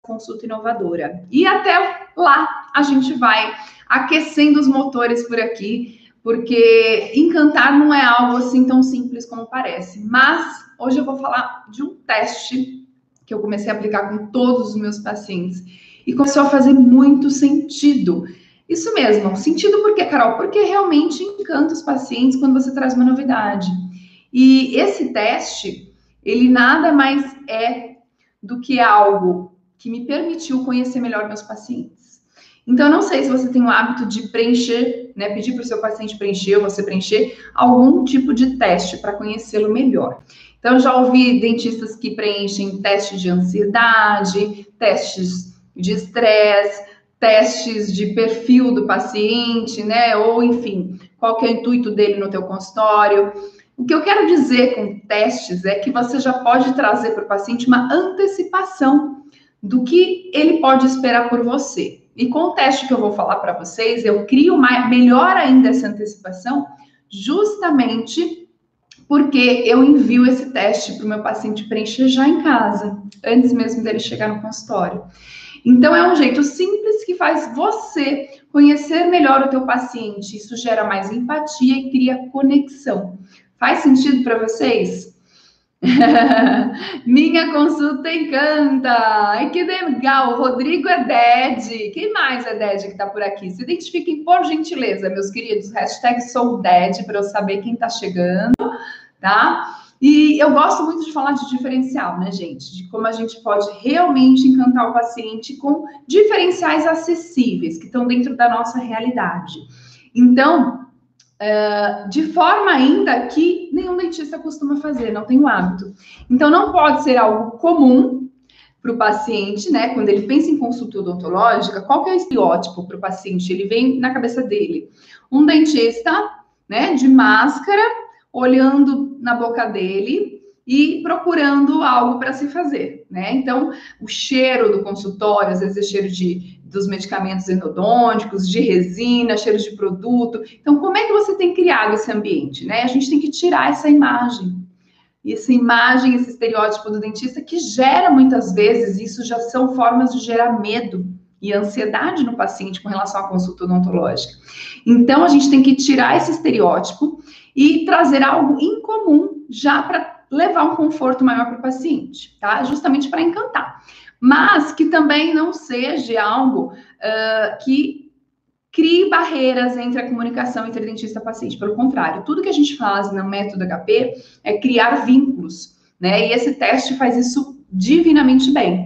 consulta inovadora. E até lá a gente vai aquecendo os motores por aqui, porque encantar não é algo assim tão simples como parece. Mas hoje eu vou falar de um teste que eu comecei a aplicar com todos os meus pacientes e começou a fazer muito sentido. Isso mesmo, sentido por quê, Carol? Porque realmente encanta os pacientes quando você traz uma novidade. E esse teste, ele nada mais é do que algo que me permitiu conhecer melhor meus pacientes. Então, eu não sei se você tem o hábito de preencher, né, pedir para o seu paciente preencher, ou você preencher algum tipo de teste para conhecê-lo melhor. Então, eu já ouvi dentistas que preenchem testes de ansiedade, testes de estresse, testes de perfil do paciente, né, ou enfim, qual que é o intuito dele no teu consultório. O que eu quero dizer com testes é que você já pode trazer para o paciente uma antecipação do que ele pode esperar por você. E com o teste que eu vou falar para vocês, eu crio melhor ainda essa antecipação, justamente porque eu envio esse teste para o meu paciente preencher já em casa, antes mesmo dele chegar no consultório. Então, é um jeito simples que faz você conhecer melhor o teu paciente. Isso gera mais empatia e cria conexão. Faz sentido para vocês? Minha consulta encanta! Ai, que legal! O Rodrigo é Ded. Quem mais é Ded que está por aqui? Se identifiquem, por gentileza, meus queridos. Hashtag sou Ded, para eu saber quem está chegando, tá? E eu gosto muito de falar de diferencial, né, gente? De como a gente pode realmente encantar o paciente com diferenciais acessíveis, que estão dentro da nossa realidade. Então, de forma ainda que nenhum dentista costuma fazer, não tem o hábito. Então, não pode ser algo comum para o paciente, né? Quando ele pensa em consulta odontológica, qual que é o estereótipo para o paciente? Ele vem na cabeça dele. Um dentista, né, de máscara, olhando na boca dele e procurando algo para se fazer, né? Então, o cheiro do consultório, às vezes é cheiro dos medicamentos endodônticos, de resina, cheiro de produto. Então, como é que você tem criado esse ambiente, né? A gente tem que tirar essa imagem, esse estereótipo do dentista que gera muitas vezes, isso já são formas de gerar medo e ansiedade no paciente com relação à consulta odontológica. Então, a gente tem que tirar esse estereótipo e trazer algo incomum já para levar um conforto maior para o paciente, tá? Justamente para encantar. Mas que também não seja algo que crie barreiras entre a comunicação entre dentista e paciente. Pelo contrário, tudo que a gente faz no método HP é criar vínculos, né? E esse teste faz isso divinamente bem.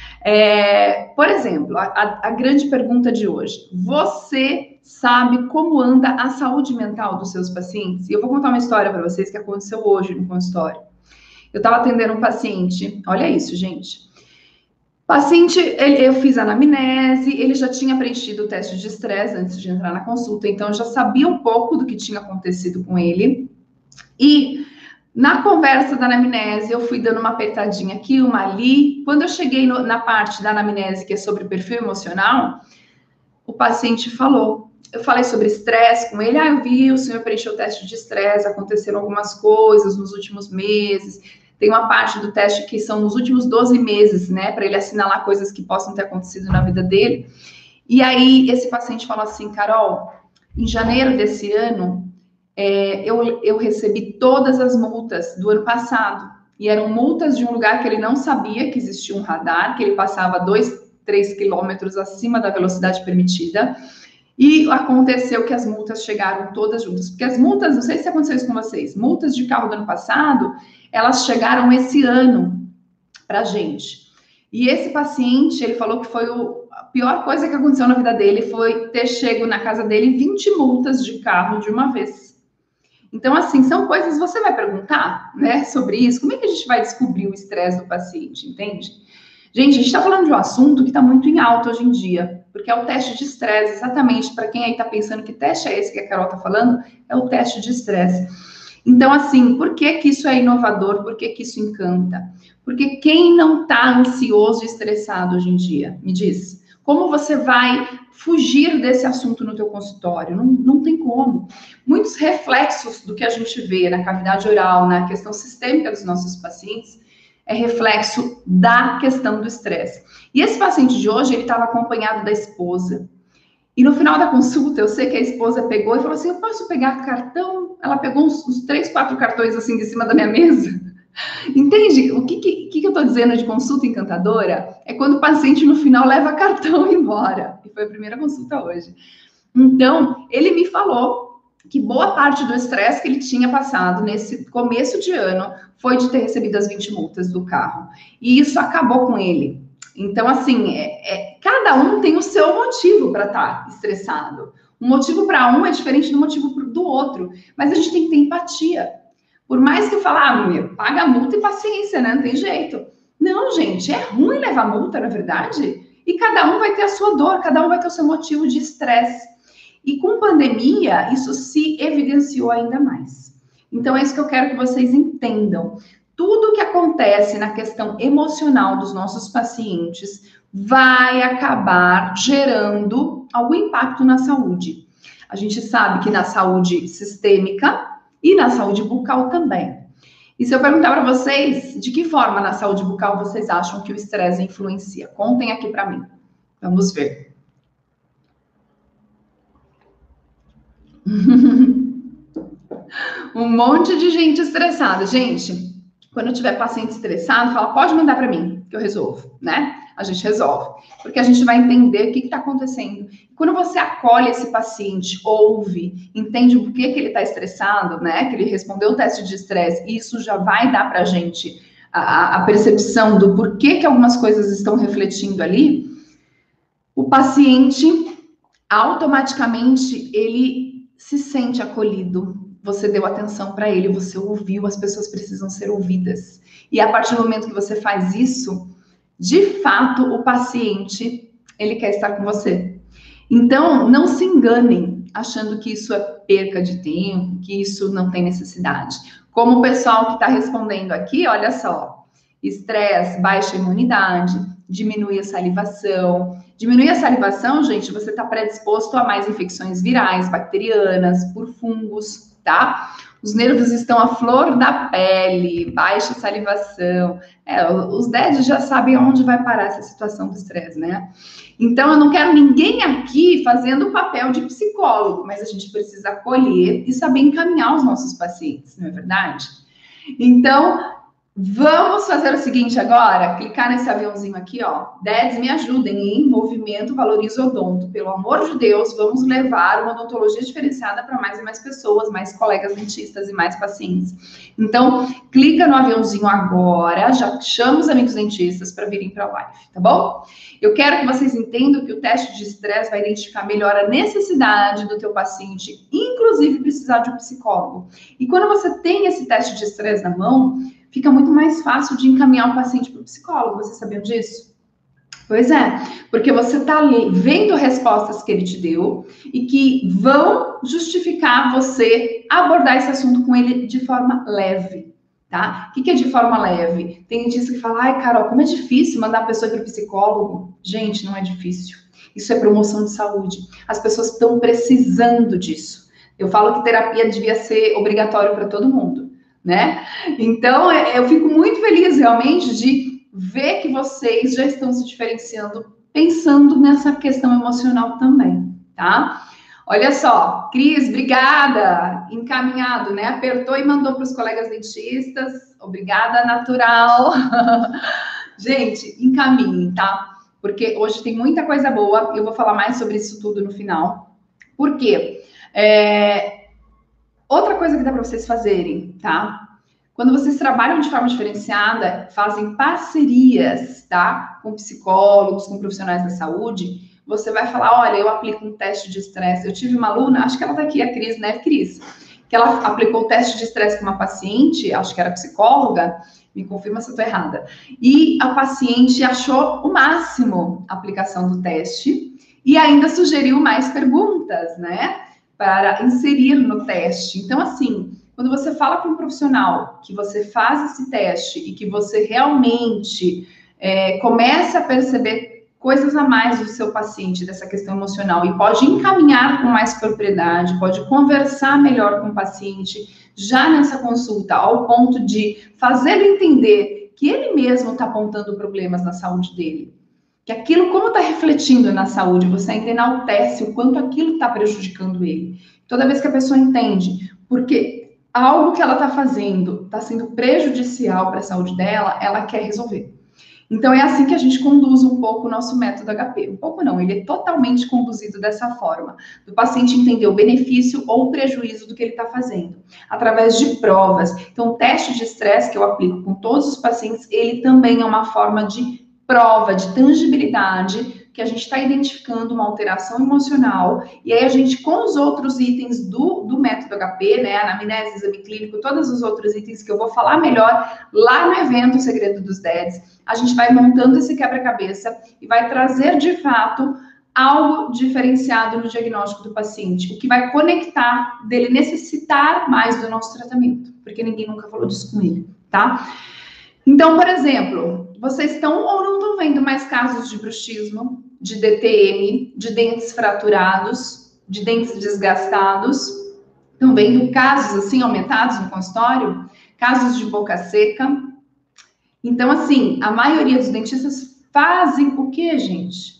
Por exemplo, a grande pergunta de hoje. Você sabe como anda a saúde mental dos seus pacientes? E eu vou contar uma história para vocês que aconteceu hoje no consultório. Eu estava atendendo um paciente, olha isso, gente. Paciente, eu fiz a anamnese, ele já tinha preenchido o teste de estresse antes de entrar na consulta, então eu já sabia um pouco do que tinha acontecido com ele. E na conversa da anamnese, eu fui dando uma apertadinha aqui, uma ali. Quando eu cheguei na parte da anamnese, que é sobre perfil emocional, o paciente falou. Eu falei sobre estresse com ele. Eu vi, o senhor preencheu o teste de estresse, aconteceram algumas coisas nos últimos meses. Tem uma parte do teste que são nos últimos 12 meses, né? Para ele assinalar coisas que possam ter acontecido na vida dele. E aí, esse paciente falou assim, Carol, em janeiro desse ano, eu recebi todas as multas do ano passado. E eram multas de um lugar que ele não sabia que existia um radar, que ele passava 2, 3 quilômetros acima da velocidade permitida. E aconteceu que as multas chegaram todas juntas. Porque as multas, não sei se aconteceu isso com vocês, multas de carro do ano passado, elas chegaram esse ano pra gente. E esse paciente, ele falou que foi a pior coisa que aconteceu na vida dele, foi ter chego na casa dele 20 multas de carro de uma vez. Então, assim, são coisas, você vai perguntar, né, sobre isso, como é que a gente vai descobrir o estresse do paciente, entende? Gente, a gente está falando de um assunto que está muito em alta hoje em dia, porque é o teste de estresse, exatamente, para quem aí está pensando que teste é esse que a Carol está falando, é o teste de estresse. Então, assim, por que que isso é inovador? Por que que isso encanta? Porque quem não está ansioso e estressado hoje em dia? Me diz, como você vai fugir desse assunto no teu consultório? Não tem como. Muitos reflexos do que a gente vê na cavidade oral, na questão sistêmica dos nossos pacientes, é reflexo da questão do estresse. E esse paciente de hoje, ele estava acompanhado da esposa. E no final da consulta, eu sei que a esposa pegou e falou assim, eu posso pegar cartão? Ela pegou uns 3, 4 cartões assim de cima da minha mesa. Entende? O que eu estou dizendo de consulta encantadora? É quando o paciente no final leva cartão embora. E foi a primeira consulta hoje. Então, ele me falou que boa parte do estresse que ele tinha passado nesse começo de ano foi de ter recebido as 20 multas do carro. E isso acabou com ele. Então, assim, cada um tem o seu motivo para estar estressado. O motivo para um é diferente do motivo do outro. Mas a gente tem que ter empatia. Por mais que eu fale, paga a multa e paciência, né? Não tem jeito. Não, gente, é ruim levar multa, na verdade. E cada um vai ter a sua dor, cada um vai ter o seu motivo de estresse. E com pandemia, isso se evidenciou ainda mais. Então, é isso que eu quero que vocês entendam. Tudo que acontece na questão emocional dos nossos pacientes vai acabar gerando algum impacto na saúde. A gente sabe que na saúde sistêmica e na saúde bucal também. E se eu perguntar para vocês, de que forma na saúde bucal vocês acham que o estresse influencia? Contem aqui para mim. Vamos ver. Um monte de gente estressada. Gente, quando eu tiver paciente estressado, fala, pode mandar para mim, que eu resolvo, né? A gente resolve. Porque a gente vai entender o que está acontecendo. Quando você acolhe esse paciente, ouve, entende por que ele está estressado, né? Que ele respondeu o teste de estresse, isso já vai dar para a gente a percepção do porquê que algumas coisas estão refletindo ali. O paciente, automaticamente, ele se sente acolhido. Você deu atenção para ele, você ouviu, as pessoas precisam ser ouvidas. E a partir do momento que você faz isso, de fato, o paciente, ele quer estar com você. Então, não se enganem achando que isso é perca de tempo, que isso não tem necessidade. Como o pessoal que está respondendo aqui, olha só, estresse, baixa imunidade, diminui a salivação. Diminuir a salivação, gente, você está predisposto a mais infecções virais, bacterianas, por fungos, tá? Os nervos estão à flor da pele, baixa salivação. Os DEDs já sabem aonde vai parar essa situação do estresse, né? Então, eu não quero ninguém aqui fazendo o papel de psicólogo, mas a gente precisa acolher e saber encaminhar os nossos pacientes, não é verdade? Então, vamos fazer o seguinte agora, clicar nesse aviãozinho aqui, ó. DEDs, me ajudem, hein? Movimento Valoriza Odonto. Pelo amor de Deus, vamos levar uma odontologia diferenciada para mais e mais pessoas, mais colegas dentistas e mais pacientes. Então, clica no aviãozinho agora, já chama os amigos dentistas para virem para a live, tá bom? Eu quero que vocês entendam que o teste de estresse vai identificar melhor a necessidade do teu paciente, inclusive precisar de um psicólogo. E quando você tem esse teste de estresse na mão, fica muito mais fácil de encaminhar o paciente para o psicólogo. Você sabia disso? Pois é, porque você está ali vendo respostas que ele te deu e que vão justificar você abordar esse assunto com ele de forma leve, tá? O que é de forma leve? Tem gente que fala, ai, Carol, como é difícil mandar a pessoa para o psicólogo. Gente, não é difícil. Isso é promoção de saúde. As pessoas estão precisando disso. Eu falo que terapia devia ser obrigatório para todo mundo, né? Então, eu fico muito feliz realmente de ver que vocês já estão se diferenciando, pensando nessa questão emocional também, tá? Olha só, Cris, obrigada, encaminhado, né? Apertou e mandou para os colegas dentistas, obrigada, natural. Gente, encaminhem, tá? Porque hoje tem muita coisa boa, eu vou falar mais sobre isso tudo no final. Por quê? Outra coisa que dá para vocês fazerem, tá? Quando vocês trabalham de forma diferenciada, fazem parcerias, tá? Com psicólogos, com profissionais da saúde, você vai falar, olha, eu aplico um teste de estresse. Eu tive uma aluna, acho que ela tá aqui, a Cris, né, Cris? Que ela aplicou o teste de estresse com uma paciente, acho que era psicóloga, me confirma se eu tô errada. E a paciente achou o máximo a aplicação do teste e ainda sugeriu mais perguntas, né? Para inserir no teste. Então, assim, quando você fala para um profissional que você faz esse teste e que você realmente começa a perceber coisas a mais do seu paciente, dessa questão emocional, e pode encaminhar com mais propriedade, pode conversar melhor com o paciente, já nessa consulta, ao ponto de fazê-lo entender que ele mesmo está apontando problemas na saúde dele. que aquilo, como está refletindo na saúde, você ainda enaltece o quanto aquilo está prejudicando ele. Toda vez que a pessoa entende, porque algo que ela está fazendo está sendo prejudicial para a saúde dela, ela quer resolver. Então, é assim que a gente conduz um pouco o nosso método HP. Um pouco não, ele é totalmente conduzido dessa forma. Do paciente entender o benefício ou o prejuízo do que ele está fazendo, através de provas. Então, o teste de estresse que eu aplico com todos os pacientes, ele também é uma forma de prova, de tangibilidade, que a gente está identificando uma alteração emocional, e aí a gente, com os outros itens do método HP, né, anamnese, exame clínico, todos os outros itens que eu vou falar melhor lá no evento Segredo dos DEDs, a gente vai montando esse quebra-cabeça e vai trazer, de fato, algo diferenciado no diagnóstico do paciente, o que vai conectar dele necessitar mais do nosso tratamento, porque ninguém nunca falou disso com ele, tá? Então, por exemplo, vocês estão ou não estão vendo mais casos de bruxismo, de DTM, de dentes fraturados, de dentes desgastados? Estão vendo casos assim aumentados no consultório? Casos de boca seca? Então, assim, a maioria dos dentistas fazem o quê, gente?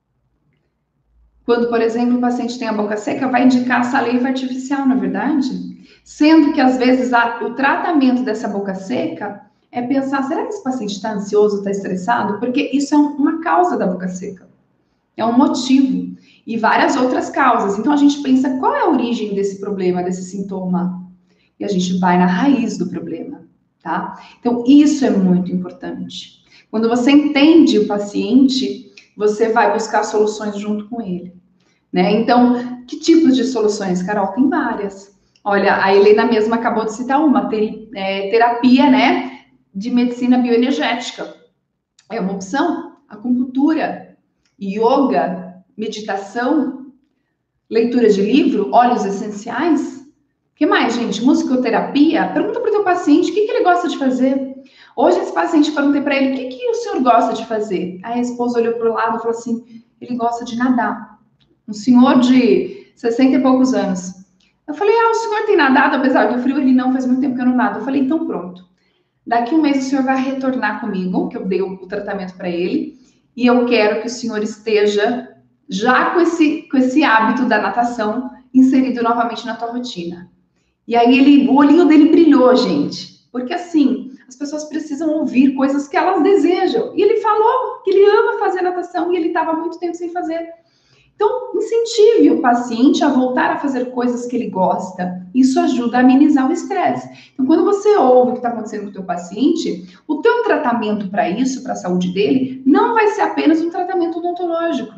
Quando, por exemplo, o paciente tem a boca seca, vai indicar saliva artificial, não é verdade? Sendo que, às vezes, o tratamento dessa boca seca é pensar, será que esse paciente está ansioso, está estressado? Porque isso é uma causa da boca seca. É um motivo. E várias outras causas. Então, a gente pensa, qual é a origem desse problema, desse sintoma? E a gente vai na raiz do problema, tá? Então, isso é muito importante. Quando você entende o paciente, você vai buscar soluções junto com ele, né? Então, que tipos de soluções, Carol? Tem várias. Olha, a Helena mesma acabou de citar uma, terapia, né? De medicina bioenergética. É uma opção. Acupuntura, yoga, meditação, leitura de livro, óleos essenciais. O que mais, gente? Musicoterapia. Pergunta para o teu paciente o que ele gosta de fazer. Hoje, esse paciente, perguntei para ele, o que o senhor gosta de fazer? Aí a esposa olhou para o lado e falou assim, ele gosta de nadar. Um senhor de 60 e poucos anos. Eu falei, o senhor tem nadado, apesar do frio? Ele não, faz muito tempo que eu não nado. Eu falei, então pronto. Daqui um mês o senhor vai retornar comigo, que eu dei o tratamento para ele, e eu quero que o senhor esteja já com esse hábito da natação inserido novamente na tua rotina. E aí o olhinho dele brilhou, gente, porque assim, as pessoas precisam ouvir coisas que elas desejam. E ele falou que ele ama fazer natação e ele estava muito tempo sem fazer. Então, incentive o paciente a voltar a fazer coisas que ele gosta. Isso ajuda a amenizar o estresse. Então, quando você ouve o que está acontecendo com o teu paciente, o teu tratamento para isso, para a saúde dele, não vai ser apenas um tratamento odontológico.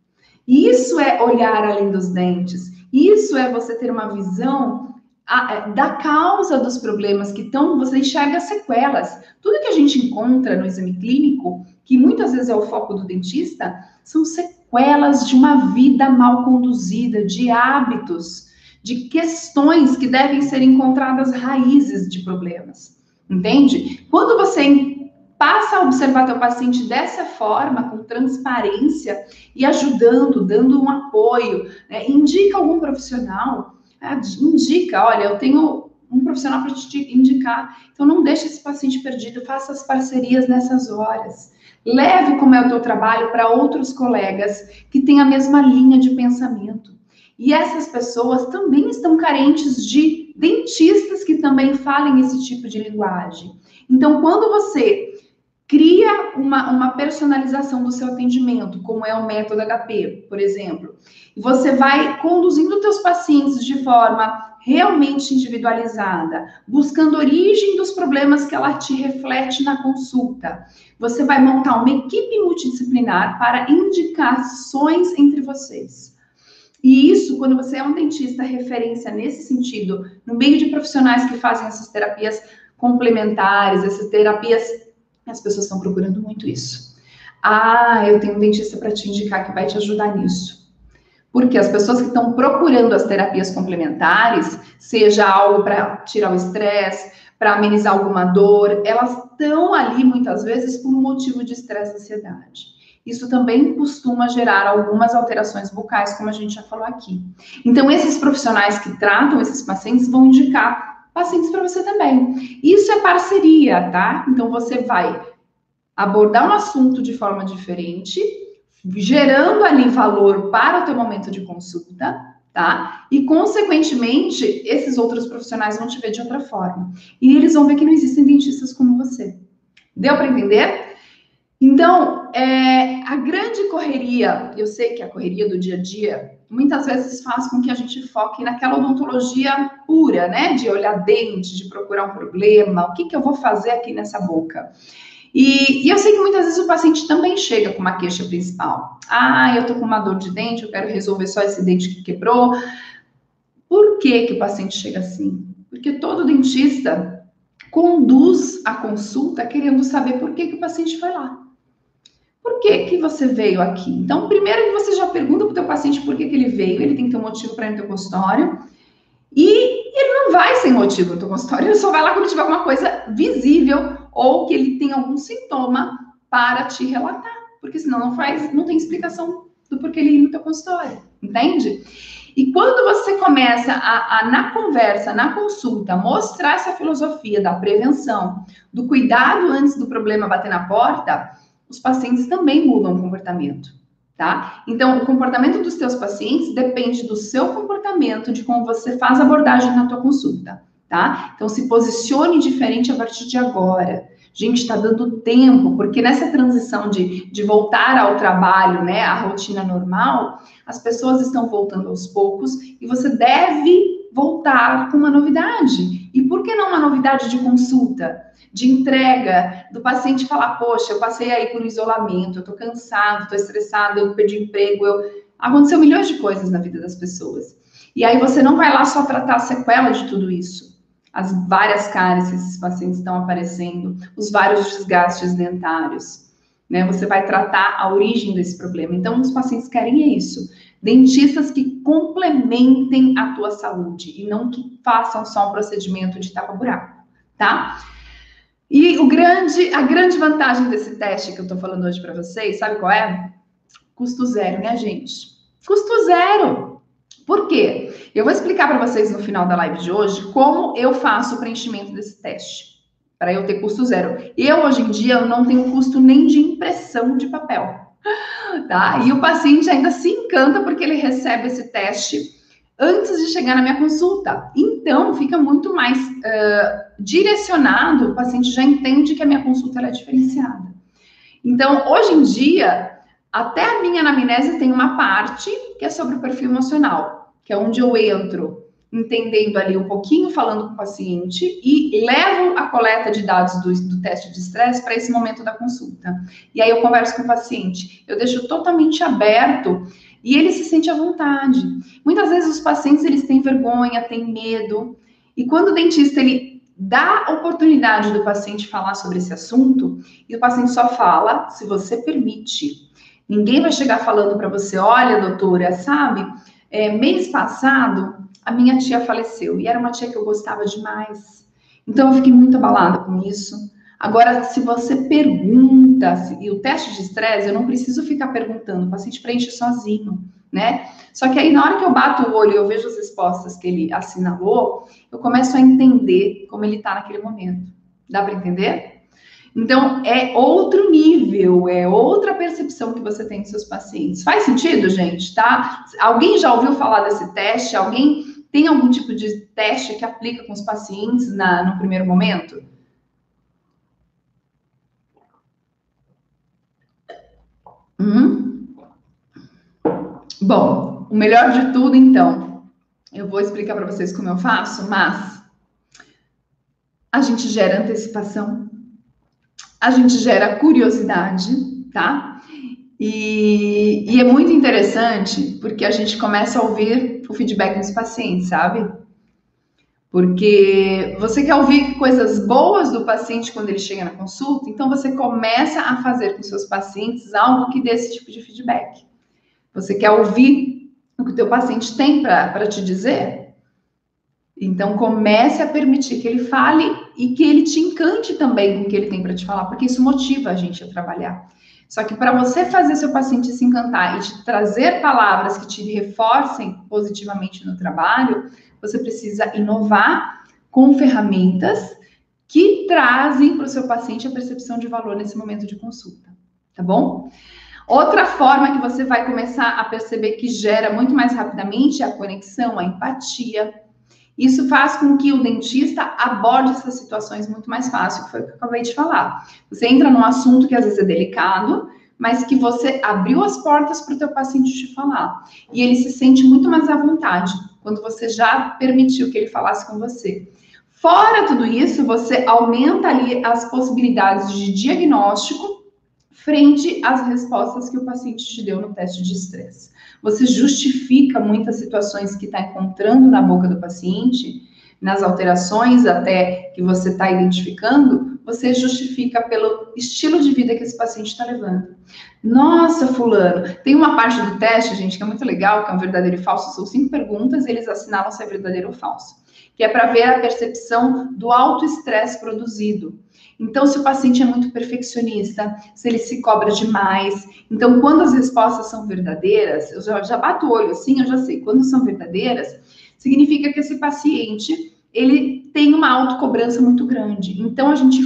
Isso é olhar além dos dentes. Isso é você ter uma visão da causa dos problemas que estão, você enxerga sequelas. Tudo que a gente encontra no exame clínico, que muitas vezes é o foco do dentista, são sequelas de uma vida mal conduzida, de hábitos, de questões que devem ser encontradas raízes de problemas, entende? Quando você passa a observar teu paciente dessa forma, com transparência e ajudando, dando um apoio, né? Indica algum profissional, indica, olha, eu tenho um profissional para te indicar, então não deixe esse paciente perdido, faça as parcerias nessas horas. Leve como é o teu trabalho para outros colegas que têm a mesma linha de pensamento. E essas pessoas também estão carentes de dentistas que também falem esse tipo de linguagem. Então, quando você cria uma personalização do seu atendimento, como é o método HP, por exemplo, e você vai conduzindo teus pacientes de forma realmente individualizada, buscando a origem dos problemas que ela te reflete na consulta. Você vai montar uma equipe multidisciplinar para indicações entre vocês. E isso, quando você é um dentista referência nesse sentido, no meio de profissionais que fazem essas terapias complementares, essas terapias, as pessoas estão procurando muito isso. Eu tenho um dentista para te indicar que vai te ajudar nisso. Porque as pessoas que estão procurando as terapias complementares, seja algo para tirar o estresse, para amenizar alguma dor, elas estão ali muitas vezes por um motivo de estresse e ansiedade. Isso também costuma gerar algumas alterações bucais, como a gente já falou aqui. Então, esses profissionais que tratam esses pacientes vão indicar pacientes para você também. Isso é parceria, tá? Então, você vai abordar um assunto de forma diferente, gerando ali valor para o teu momento de consulta, tá? E, consequentemente, esses outros profissionais vão te ver de outra forma. E eles vão ver que não existem dentistas como você. Deu para entender? Então, a grande correria, eu sei que a correria do dia a dia, muitas vezes faz com que a gente foque naquela odontologia pura, né? De olhar dente, de procurar um problema, o que eu vou fazer aqui nessa boca? E eu sei que muitas vezes o paciente também chega com uma queixa principal. Ah, eu tô com uma dor de dente, eu quero resolver só esse dente que quebrou. Por que o paciente chega assim? Porque todo dentista conduz a consulta querendo saber por que o paciente foi lá. Por que você veio aqui? Então, primeiro que você já pergunta para o teu paciente por que ele veio, ele tem que ter um motivo para ir no teu consultório, e ele não vai sem motivo no teu consultório, ele só vai lá quando tiver alguma coisa visível ou que ele tem algum sintoma para te relatar, porque senão não tem explicação do porquê ele ir no teu consultório, entende? E quando você começa na conversa, na consulta, mostrar essa filosofia da prevenção, do cuidado antes do problema bater na porta, os pacientes também mudam o comportamento, tá? Então, o comportamento dos teus pacientes depende do seu comportamento, de como você faz a abordagem na tua consulta, tá? Então, se posicione diferente a partir de agora. Gente, está dando tempo, porque nessa transição de voltar ao trabalho, né, à rotina normal, as pessoas estão voltando aos poucos e você deve voltar com uma novidade. E por que não uma novidade de consulta? De entrega, do paciente falar, poxa, eu passei aí por isolamento, eu tô cansado, tô estressado, eu perdi emprego, aconteceu milhões de coisas na vida das pessoas. E aí você não vai lá só tratar a sequela de tudo isso. As várias cáries que esses pacientes estão aparecendo, os vários desgastes dentários, né? Você vai tratar a origem desse problema. Então, os pacientes querem isso. Dentistas que complementem a tua saúde e não que façam só um procedimento de tapa-buraco, tá? E a grande vantagem desse teste que eu tô falando hoje para vocês, sabe qual é? Custo zero, minha gente. Custo zero. Por quê? Eu vou explicar para vocês no final da live de hoje como eu faço o preenchimento desse teste, para eu ter custo zero. Eu, hoje em dia, eu não tenho custo nem de impressão de papel, tá? E o paciente ainda se encanta porque ele recebe esse teste antes de chegar na minha consulta. Então, fica muito mais direcionado, o paciente já entende que a minha consulta é diferenciada. Então, hoje em dia, até a minha anamnese tem uma parte que é sobre o perfil emocional, que é onde eu entro entendendo ali um pouquinho, falando com o paciente e levo a coleta de dados do teste de estresse para esse momento da consulta. E aí eu converso com o paciente, eu deixo totalmente aberto e ele se sente à vontade. Muitas vezes os pacientes, eles têm vergonha, têm medo, e quando o dentista, ele dá a oportunidade do paciente falar sobre esse assunto, e o paciente só fala se você permite. Ninguém vai chegar falando para você, olha, doutora, sabe, mês passado a minha tia faleceu, e era uma tia que eu gostava demais. Então eu fiquei muito abalada com isso. Agora, se você pergunta, e o teste de estresse, eu não preciso ficar perguntando, o paciente preenche sozinho, né? Só que aí, na hora que eu bato o olho e eu vejo as respostas que ele assinalou, eu começo a entender como ele está naquele momento. Dá para entender? Então, é outro nível, é outra percepção que você tem dos seus pacientes. Faz sentido, gente, tá? Alguém já ouviu falar desse teste? Alguém tem algum tipo de teste que aplica com os pacientes no primeiro momento? Bom, o melhor de tudo, então, eu vou explicar para vocês como eu faço, mas a gente gera antecipação, a gente gera curiosidade, tá? E é muito interessante porque a gente começa a ouvir o feedback dos pacientes, sabe? Porque você quer ouvir coisas boas do paciente quando ele chega na consulta, então você começa a fazer com seus pacientes algo que dê esse tipo de feedback. Você quer ouvir o que o teu paciente tem para te dizer? Então, comece a permitir que ele fale e que ele te encante também com o que ele tem para te falar, porque isso motiva a gente a trabalhar. Só que para você fazer seu paciente se encantar e te trazer palavras que te reforcem positivamente no trabalho, você precisa inovar com ferramentas que trazem para o seu paciente a percepção de valor nesse momento de consulta, tá bom? Outra forma que você vai começar a perceber que gera muito mais rapidamente é a conexão, a empatia. Isso faz com que o dentista aborde essas situações muito mais fácil, que foi o que eu acabei de falar. Você entra num assunto que às vezes é delicado, mas que você abriu as portas para o teu paciente te falar. E ele se sente muito mais à vontade quando você já permitiu que ele falasse com você. Fora tudo isso, você aumenta ali as possibilidades de diagnóstico frente às respostas que o paciente te deu no teste de estresse. Você justifica muitas situações que está encontrando na boca do paciente, nas alterações até que você está identificando, você justifica pelo estilo de vida que esse paciente está levando. Nossa, fulano, tem uma parte do teste, gente, que é muito legal, que é um verdadeiro e falso, são 5 perguntas, e eles assinalam se é verdadeiro ou falso, que é para ver a percepção do autoestresse produzido. Então, se o paciente é muito perfeccionista, se ele se cobra demais. Então, quando as respostas são verdadeiras, eu já bato o olho assim, eu já sei. Quando são verdadeiras, significa que esse paciente, ele tem uma autocobrança muito grande. Então, a gente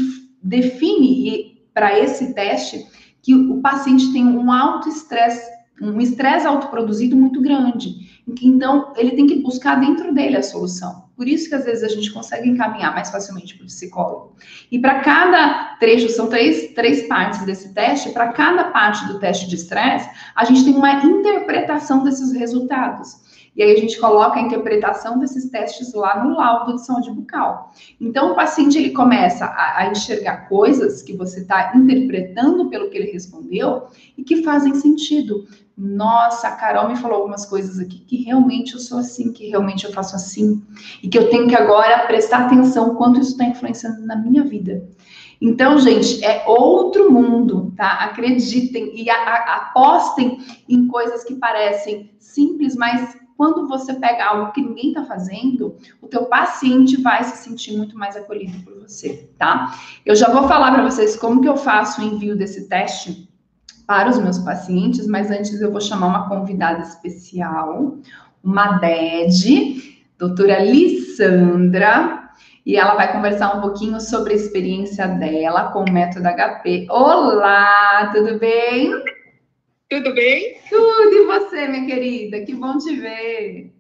define para esse teste que o paciente tem um autoestresse, um estresse autoproduzido muito grande. Então, ele tem que buscar dentro dele a solução. Por isso que, às vezes, a gente consegue encaminhar mais facilmente para o psicólogo. E para cada trecho, são três partes desse teste, para cada parte do teste de estresse, a gente tem uma interpretação desses resultados. E aí a gente coloca a interpretação desses testes lá no laudo de saúde bucal. Então, o paciente, ele começa a enxergar coisas que você está interpretando pelo que ele respondeu e que fazem sentido. Nossa, a Carol me falou algumas coisas aqui que realmente eu sou assim, que realmente eu faço assim, e que eu tenho que agora prestar atenção quanto isso está influenciando na minha vida. Então, gente, é outro mundo, tá? Acreditem e apostem em coisas que parecem simples, mas quando você pega algo que ninguém está fazendo, o teu paciente vai se sentir muito mais acolhido por você, tá? Eu já vou falar para vocês como que eu faço o envio desse teste para os meus pacientes, mas antes eu vou chamar uma convidada especial, uma DED, doutora Lissandra, e ela vai conversar um pouquinho sobre a experiência dela com o método HP. Olá, tudo bem? Tudo bem? Tudo, e você, minha querida? Que bom te ver.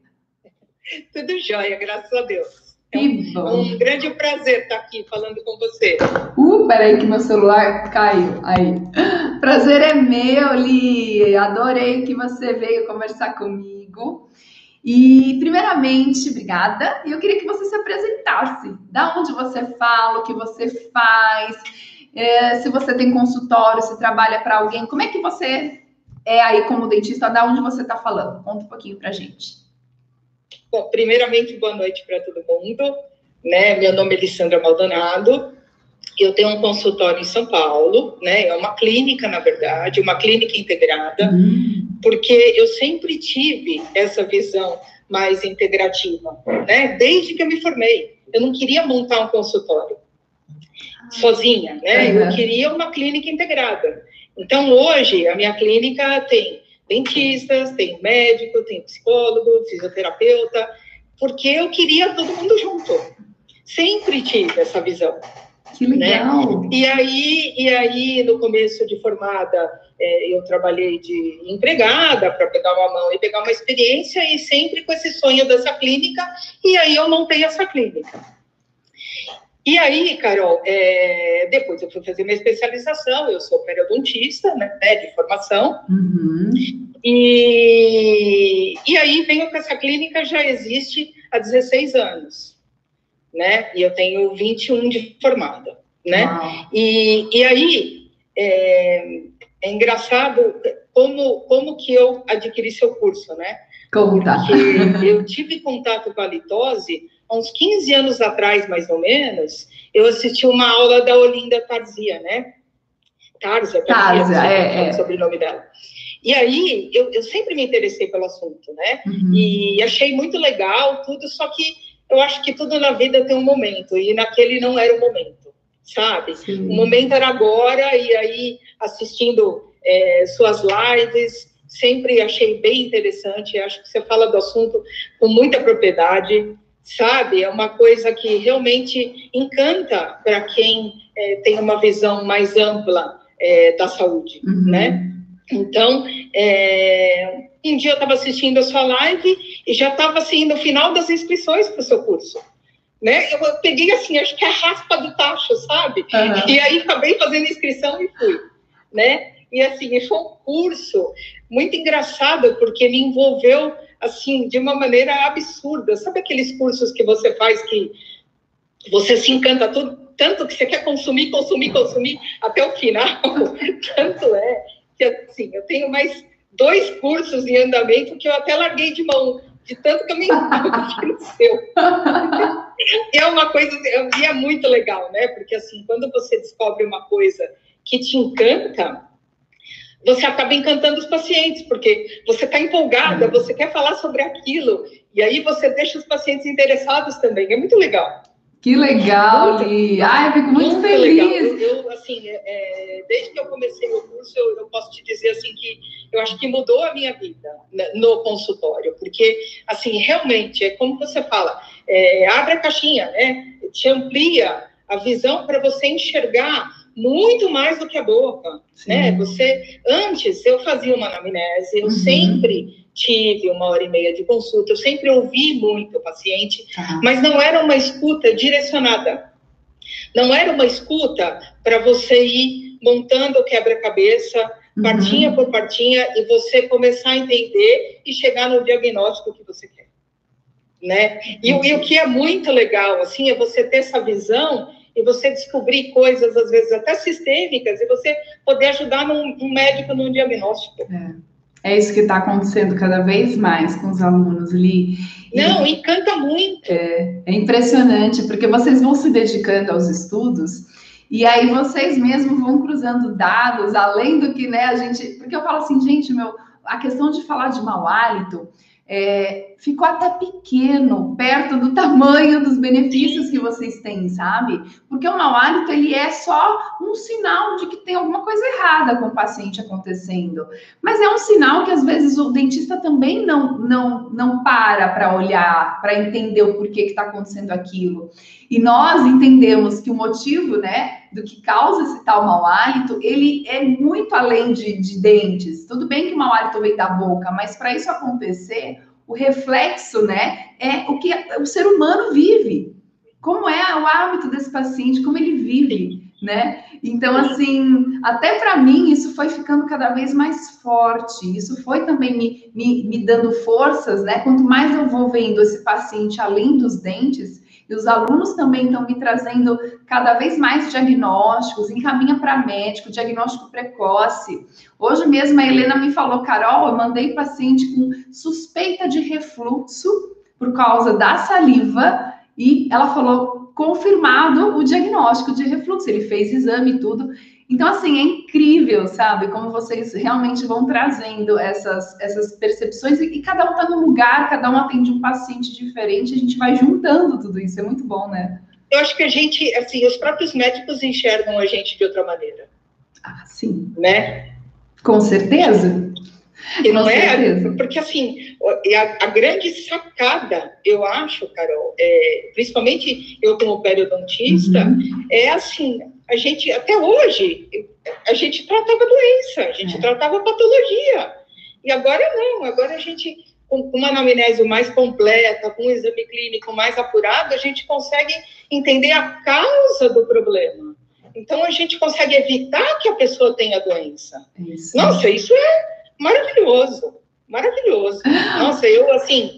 Tudo jóia, graças a Deus. Que bom. É um grande prazer estar aqui falando com você. Peraí que meu celular caiu. Aí. Prazer é meu, Li. Adorei que você veio conversar comigo. E, primeiramente, obrigada. E eu queria que você se apresentasse. Da onde você fala, o que você faz, se você tem consultório, se trabalha para alguém. Como é que você é aí como dentista? Da onde você está falando? Conta um pouquinho para a gente. Bom, primeiramente, boa noite para todo mundo. Né? Meu nome é Lissandra Maldonado. Eu tenho um consultório em São Paulo, né? É uma clínica, na verdade, uma clínica integrada, porque eu sempre tive essa visão mais integrativa, né? Desde que eu me formei. Eu não queria montar um consultório sozinha, né? Eu queria uma clínica integrada. Então, hoje, a minha clínica tem dentistas, tem médico, tem psicólogo, fisioterapeuta, porque eu queria todo mundo junto. Sempre tive essa visão. Que legal! Né? E aí, no começo de formada, eu trabalhei de empregada para pegar uma mão e pegar uma experiência, e sempre com esse sonho dessa clínica, e aí eu montei essa clínica. E aí, Carol, depois eu fui fazer minha especialização, eu sou periodontista, né, de formação, e aí venho com essa clínica, já existe há 16 anos. Né? E eu tenho 21 de formada, né? E aí é engraçado como que eu adquiri seu curso, né? Porque eu tive contato com a litose há uns 15 anos atrás, mais ou menos. Eu assisti uma aula da Olinda Tarzia, né? Tarzia, é o sobrenome dela. E aí, eu sempre me interessei pelo assunto, né? E achei muito legal tudo, só que eu acho que tudo na vida tem um momento, e naquele não era o momento, sabe? Sim. O momento era agora, e aí, assistindo suas lives, sempre achei bem interessante, acho que você fala do assunto com muita propriedade, sabe? É uma coisa que realmente encanta para quem tem uma visão mais ampla da saúde, né? Então, um dia eu estava assistindo a sua live e já estava, assim, no final das inscrições para o seu curso, né? Eu peguei, assim, acho que a raspa do tacho, sabe? E aí acabei fazendo inscrição e fui, né? E, assim, foi um curso muito engraçado, porque me envolveu, assim, de uma maneira absurda. Sabe aqueles cursos que você faz que você se encanta tanto que você quer consumir até o final? Tanto é que, assim, eu tenho mais 2 cursos em andamento que eu até larguei de mão, de tanto que eu me encanto no seu. É uma coisa, e é muito legal, né? Porque, assim, quando você descobre uma coisa que te encanta, você acaba encantando os pacientes, porque você está empolgada, você quer falar sobre aquilo, e aí você deixa os pacientes interessados também. É muito legal. Que legal, Li! Ai, eu fico muito feliz. Legal. Eu assim, desde que eu comecei o curso, eu posso te dizer assim que eu acho que mudou a minha vida no consultório, porque, assim, realmente, é como você fala, abre a caixinha, né? Te amplia a visão para você enxergar muito mais do que a boca, né? Antes, eu fazia uma anamnese, eu sempre tive 1h30 de consulta, eu sempre ouvi muito o paciente, mas não era uma escuta direcionada. Não era uma escuta para você ir montando o quebra-cabeça, partinha por partinha, e você começar a entender e chegar no diagnóstico que você quer, né? E o que é muito legal, assim, é você ter essa visão e você descobrir coisas, às vezes, até sistêmicas, e você poder ajudar um médico num diagnóstico. É isso que está acontecendo cada vez mais com os alunos, Li. Não, encanta muito. É impressionante, porque vocês vão se dedicando aos estudos, e aí vocês mesmos vão cruzando dados, além do que, né, a gente... Porque eu falo assim, gente, a questão de falar de mau hálito ficou até pequeno, perto do tamanho dos benefícios que vocês têm, sabe? Porque o mau hálito, ele é só um sinal de que tem alguma coisa errada com o paciente acontecendo. Mas é um sinal que, às vezes, o dentista também não para olhar, para entender o porquê que está acontecendo aquilo. E nós entendemos que o motivo, né, do que causa esse tal mau hálito, ele é muito além de dentes. Tudo bem que o mau hálito vem da boca, mas para isso acontecer, o reflexo, né, é o que o ser humano vive. Como é o hábito desse paciente, como ele vive, né? Então, assim, até para mim, isso foi ficando cada vez mais forte. Isso foi também me dando forças, né? Quanto mais eu vou vendo esse paciente além dos dentes, e os alunos também estão me trazendo cada vez mais diagnósticos, encaminha para médico, diagnóstico precoce. Hoje mesmo a Helena me falou, Carol, eu mandei paciente com suspeita de refluxo por causa da saliva, e ela falou, confirmado o diagnóstico de refluxo, ele fez exame e tudo. Então, assim, é incrível, sabe? Como vocês realmente vão trazendo essas percepções, e cada um está num lugar, cada um atende um paciente diferente, a gente vai juntando tudo isso, é muito bom, né? Eu acho que a gente, assim, os próprios médicos enxergam a gente de outra maneira. Ah, sim. Né? Com certeza. E não é, porque assim, a grande sacada, eu acho, Carol, principalmente eu como periodontista, é assim, a gente, até hoje, a gente tratava doença, a gente tratava patologia, e agora não, agora a gente, com uma anamnese mais completa, com um exame clínico mais apurado, a gente consegue entender a causa do problema. Então, a gente consegue evitar que a pessoa tenha doença. Isso. Nossa, isso é maravilhoso, maravilhoso. Nossa, eu, assim...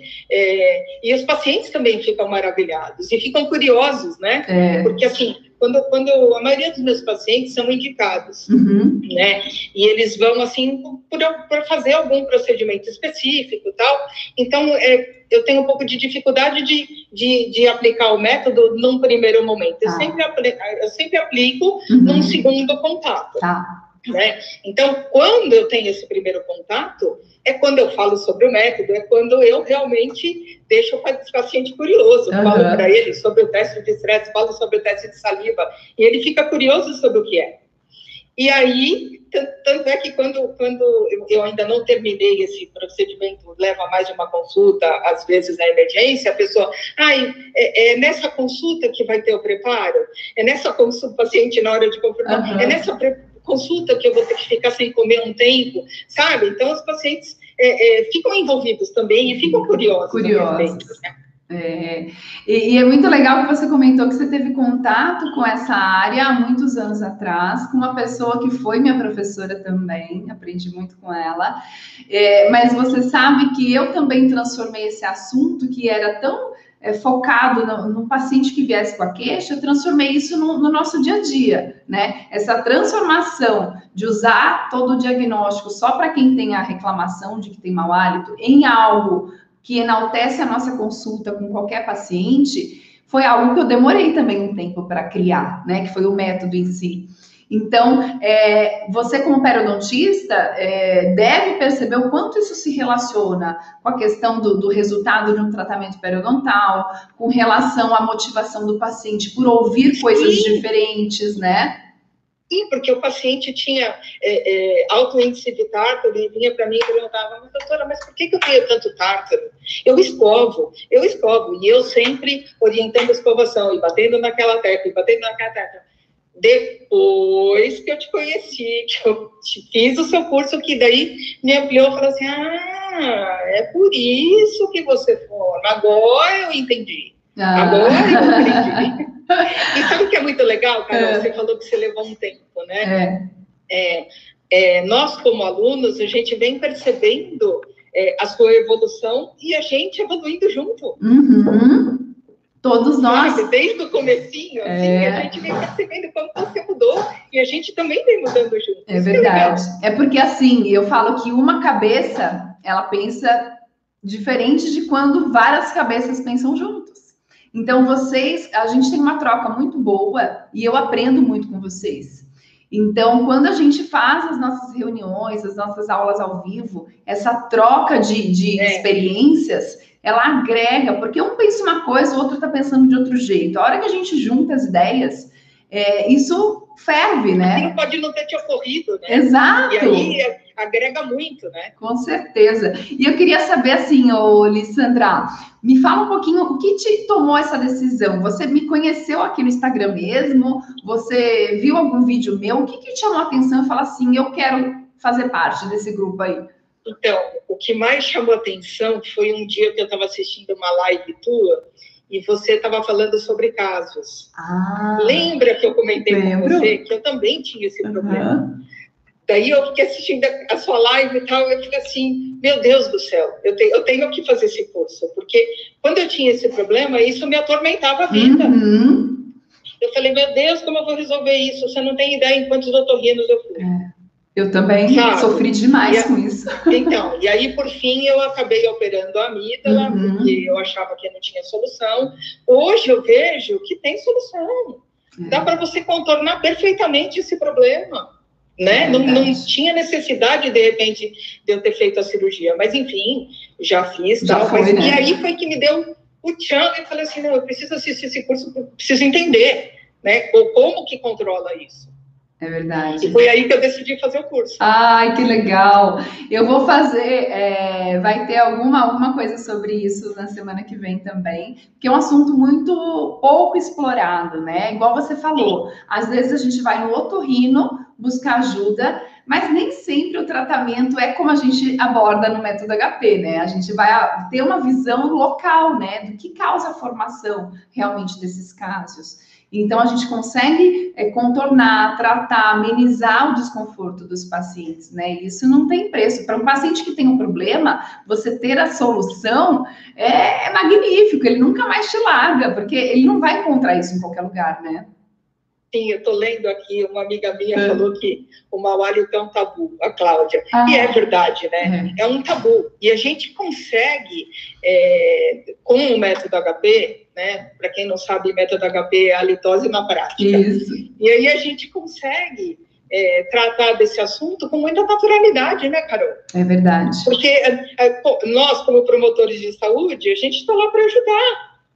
e os pacientes também ficam maravilhados e ficam curiosos, né? Porque, assim, quando a maioria dos meus pacientes são indicados, né? E eles vão, assim, por fazer algum procedimento específico e tal. Então, eu tenho um pouco de dificuldade de aplicar o método num primeiro momento. Eu sempre aplico num segundo contato. Né? Então, quando eu tenho esse primeiro contato, é quando eu falo sobre o método, é quando eu realmente deixo o paciente curioso, falo para ele sobre o teste de estresse, falo sobre o teste de saliva, e ele fica curioso sobre o que é. E aí, tanto é que quando eu ainda não terminei esse procedimento, leva mais de uma consulta, às vezes na emergência, a pessoa, é nessa consulta que vai ter o preparo? É nessa consulta, o paciente na hora de confirmar, é nessa consulta que eu vou ter que ficar sem comer um tempo, sabe? Então, os pacientes ficam envolvidos também e ficam curiosos. Né? E é muito legal que você comentou que você teve contato com essa área há muitos anos atrás, com uma pessoa que foi minha professora também, aprendi muito com ela, mas você sabe que eu também transformei esse assunto que era tão focado no paciente que viesse com a queixa, eu transformei isso no nosso dia a dia, né? Essa transformação de usar todo o diagnóstico só para quem tem a reclamação de que tem mau hálito em algo que enaltece a nossa consulta com qualquer paciente, foi algo que eu demorei também um tempo para criar, né? Que foi o método em si. Então, você como periodontista deve perceber o quanto isso se relaciona com a questão do resultado de um tratamento periodontal, com relação à motivação do paciente por ouvir coisas diferentes, né? Sim, porque o paciente tinha alto índice de tártaro e vinha para mim e perguntava, mas doutora, mas por que eu tenho tanto tártaro? Eu escovo, e eu sempre orientando a escovação, e batendo naquela tecla, Depois que eu te conheci, que eu fiz o seu curso, que daí me ampliou, falou assim, é por isso que você forma, agora eu entendi. Agora eu entendi. E sabe o que é muito legal, Carol? Você falou que você levou um tempo, né? Nós, como alunos, a gente vem percebendo a sua evolução e a gente evoluindo junto. Uhum. Todos nós. Sabe? Desde o comecinho, assim, a gente vem percebendo como você mudou e a gente também vem mudando junto. É verdade. É porque, assim, eu falo que uma cabeça, ela pensa diferente de quando várias cabeças pensam juntos. Então, a gente tem uma troca muito boa e eu aprendo muito com vocês. Então, quando a gente faz as nossas reuniões, as nossas aulas ao vivo, essa troca de experiências, ela agrega, porque um pensa uma coisa, o outro está pensando de outro jeito. A hora que a gente junta as ideias, isso ferve, né? Aquilo pode não ter te ocorrido, né? Exato. E aí agrega muito, né? Com certeza. E eu queria saber, assim, Lissandra, me fala um pouquinho, o que te tomou essa decisão? Você me conheceu aqui no Instagram mesmo? Você viu algum vídeo meu? O que te chamou a atenção e fala assim, eu quero fazer parte desse grupo aí? Então, o que mais chamou a atenção foi um dia que eu estava assistindo uma live tua e você estava falando sobre casos. Lembra que eu comentei com você que eu também tinha esse problema? Daí eu fiquei assistindo a sua live e tal, eu fiquei assim, meu Deus do céu, eu tenho que fazer esse curso, porque quando eu tinha esse problema, isso me atormentava a vida. Eu falei, meu Deus, como eu vou resolver isso? Você não tem ideia em quantos otorrinos eu fui. Eu também sofri demais com isso. Então, e aí, por fim, eu acabei operando a amígdala, porque eu achava que não tinha solução. Hoje eu vejo que tem solução. Dá para você contornar perfeitamente esse problema. Né? Não tinha necessidade, de repente, de eu ter feito a cirurgia. Mas, enfim, já fiz. E aí foi que me deu o tchan. Eu falei assim, não, eu preciso assistir esse curso, preciso entender, né? Como que controla isso. É verdade. E foi aí que eu decidi fazer o curso. Ai, que legal. Eu vou fazer, vai ter alguma coisa sobre isso na semana que vem também, que é um assunto muito pouco explorado, né? Igual você falou, às vezes a gente vai no otorrino buscar ajuda, mas nem sempre o tratamento é como a gente aborda no método HP, né? A gente vai ter uma visão local, né? Do que causa a formação realmente desses casos. Então, a gente consegue contornar, tratar, amenizar o desconforto dos pacientes, né? Isso não tem preço. Para um paciente que tem um problema, você ter a solução é magnífico. Ele nunca mais te larga, porque ele não vai encontrar isso em qualquer lugar, né? Sim, eu estou lendo aqui, uma amiga minha falou que o mau hálito é um tabu, a Cláudia. E é verdade, né? É um tabu. E a gente consegue, com o método HP, né? Para quem não sabe, método HP é a litose na prática. Isso. E aí a gente consegue tratar desse assunto com muita naturalidade, né, Carol? É verdade. Porque nós, como promotores de saúde, a gente está lá para ajudar.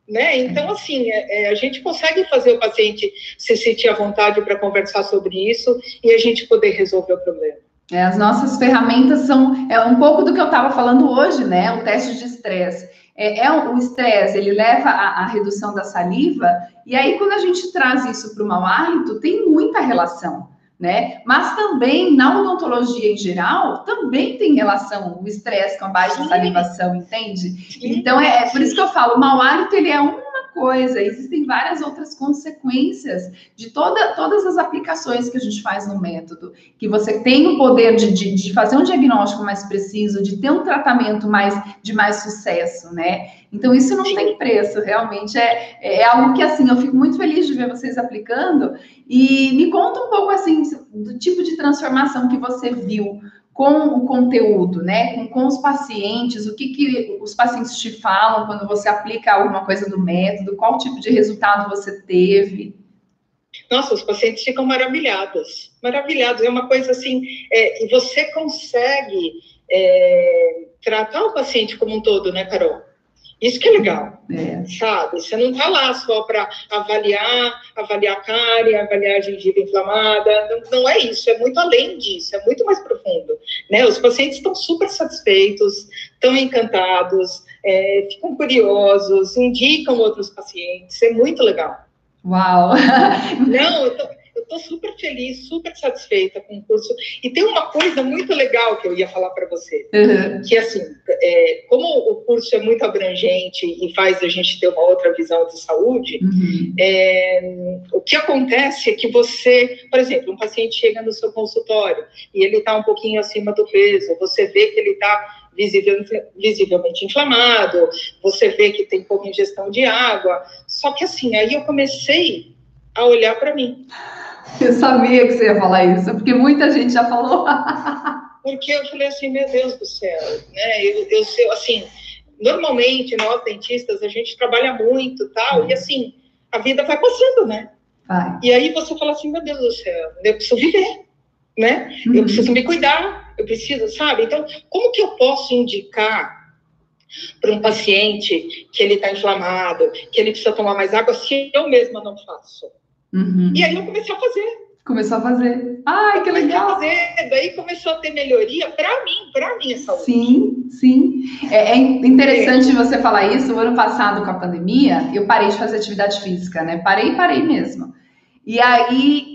né? Então, assim, a gente consegue fazer o paciente se sentir à vontade para conversar sobre isso e a gente poder resolver o problema. As nossas ferramentas são um pouco do que eu estava falando hoje, né? O teste de estresse. O estresse, ele leva à redução da saliva, e aí quando a gente traz isso para o mau hálito, tem muita relação, né? Mas também, na odontologia em geral, também tem relação o estresse com a baixa salivação, entende? Então, por isso que eu falo, o mau hálito, ele é uma coisa, existem várias outras consequências de todas as aplicações que a gente faz no método, que você tem o poder de fazer um diagnóstico mais preciso, de ter um tratamento de mais sucesso, né? Então, isso não tem preço, realmente é algo que, assim, eu fico muito feliz de ver vocês aplicando. E me conta um pouco, assim, do tipo de transformação que você viu com o conteúdo, né? Com os pacientes, o que os pacientes te falam quando você aplica alguma coisa do método, qual tipo de resultado você teve? Nossa, os pacientes ficam maravilhados. É uma coisa assim, e você consegue tratar o paciente como um todo, né, Carol? Isso que é legal, sabe? Você não está lá só para avaliar a cárie, avaliar a gengiva inflamada, não é isso, é muito além disso, é muito mais profundo, né? Os pacientes estão super satisfeitos, estão encantados, ficam curiosos, indicam outros pacientes, é muito legal. Uau! Não, eu estou super feliz, super satisfeita com o curso. E tem uma coisa muito legal que eu ia falar para você, que assim, como o curso é muito abrangente e faz a gente ter uma outra visão de saúde, o que acontece é que você, por exemplo, um paciente chega no seu consultório e ele está um pouquinho acima do peso, você vê que ele está visivelmente inflamado, você vê que tem pouca ingestão de água, só que assim, aí eu comecei a olhar para mim. Eu sabia que você ia falar isso, porque muita gente já falou. Porque eu falei assim, meu Deus do céu, né? Eu sei, assim, normalmente nós dentistas a gente trabalha muito, tal, e assim a vida vai passando, né? Vai. E aí você fala assim, meu Deus do céu, eu preciso viver, né? Eu preciso me cuidar, eu preciso, sabe? Então, como que eu posso indicar para um paciente que ele está inflamado, que ele precisa tomar mais água, se eu mesma não faço? E aí eu comecei a fazer. Começou a fazer. Ai, que legal! Daí começou a ter melhoria para minha saúde. Sim. É interessante você falar isso. O ano passado, com a pandemia, eu parei de fazer atividade física, né? Parei mesmo. E aí,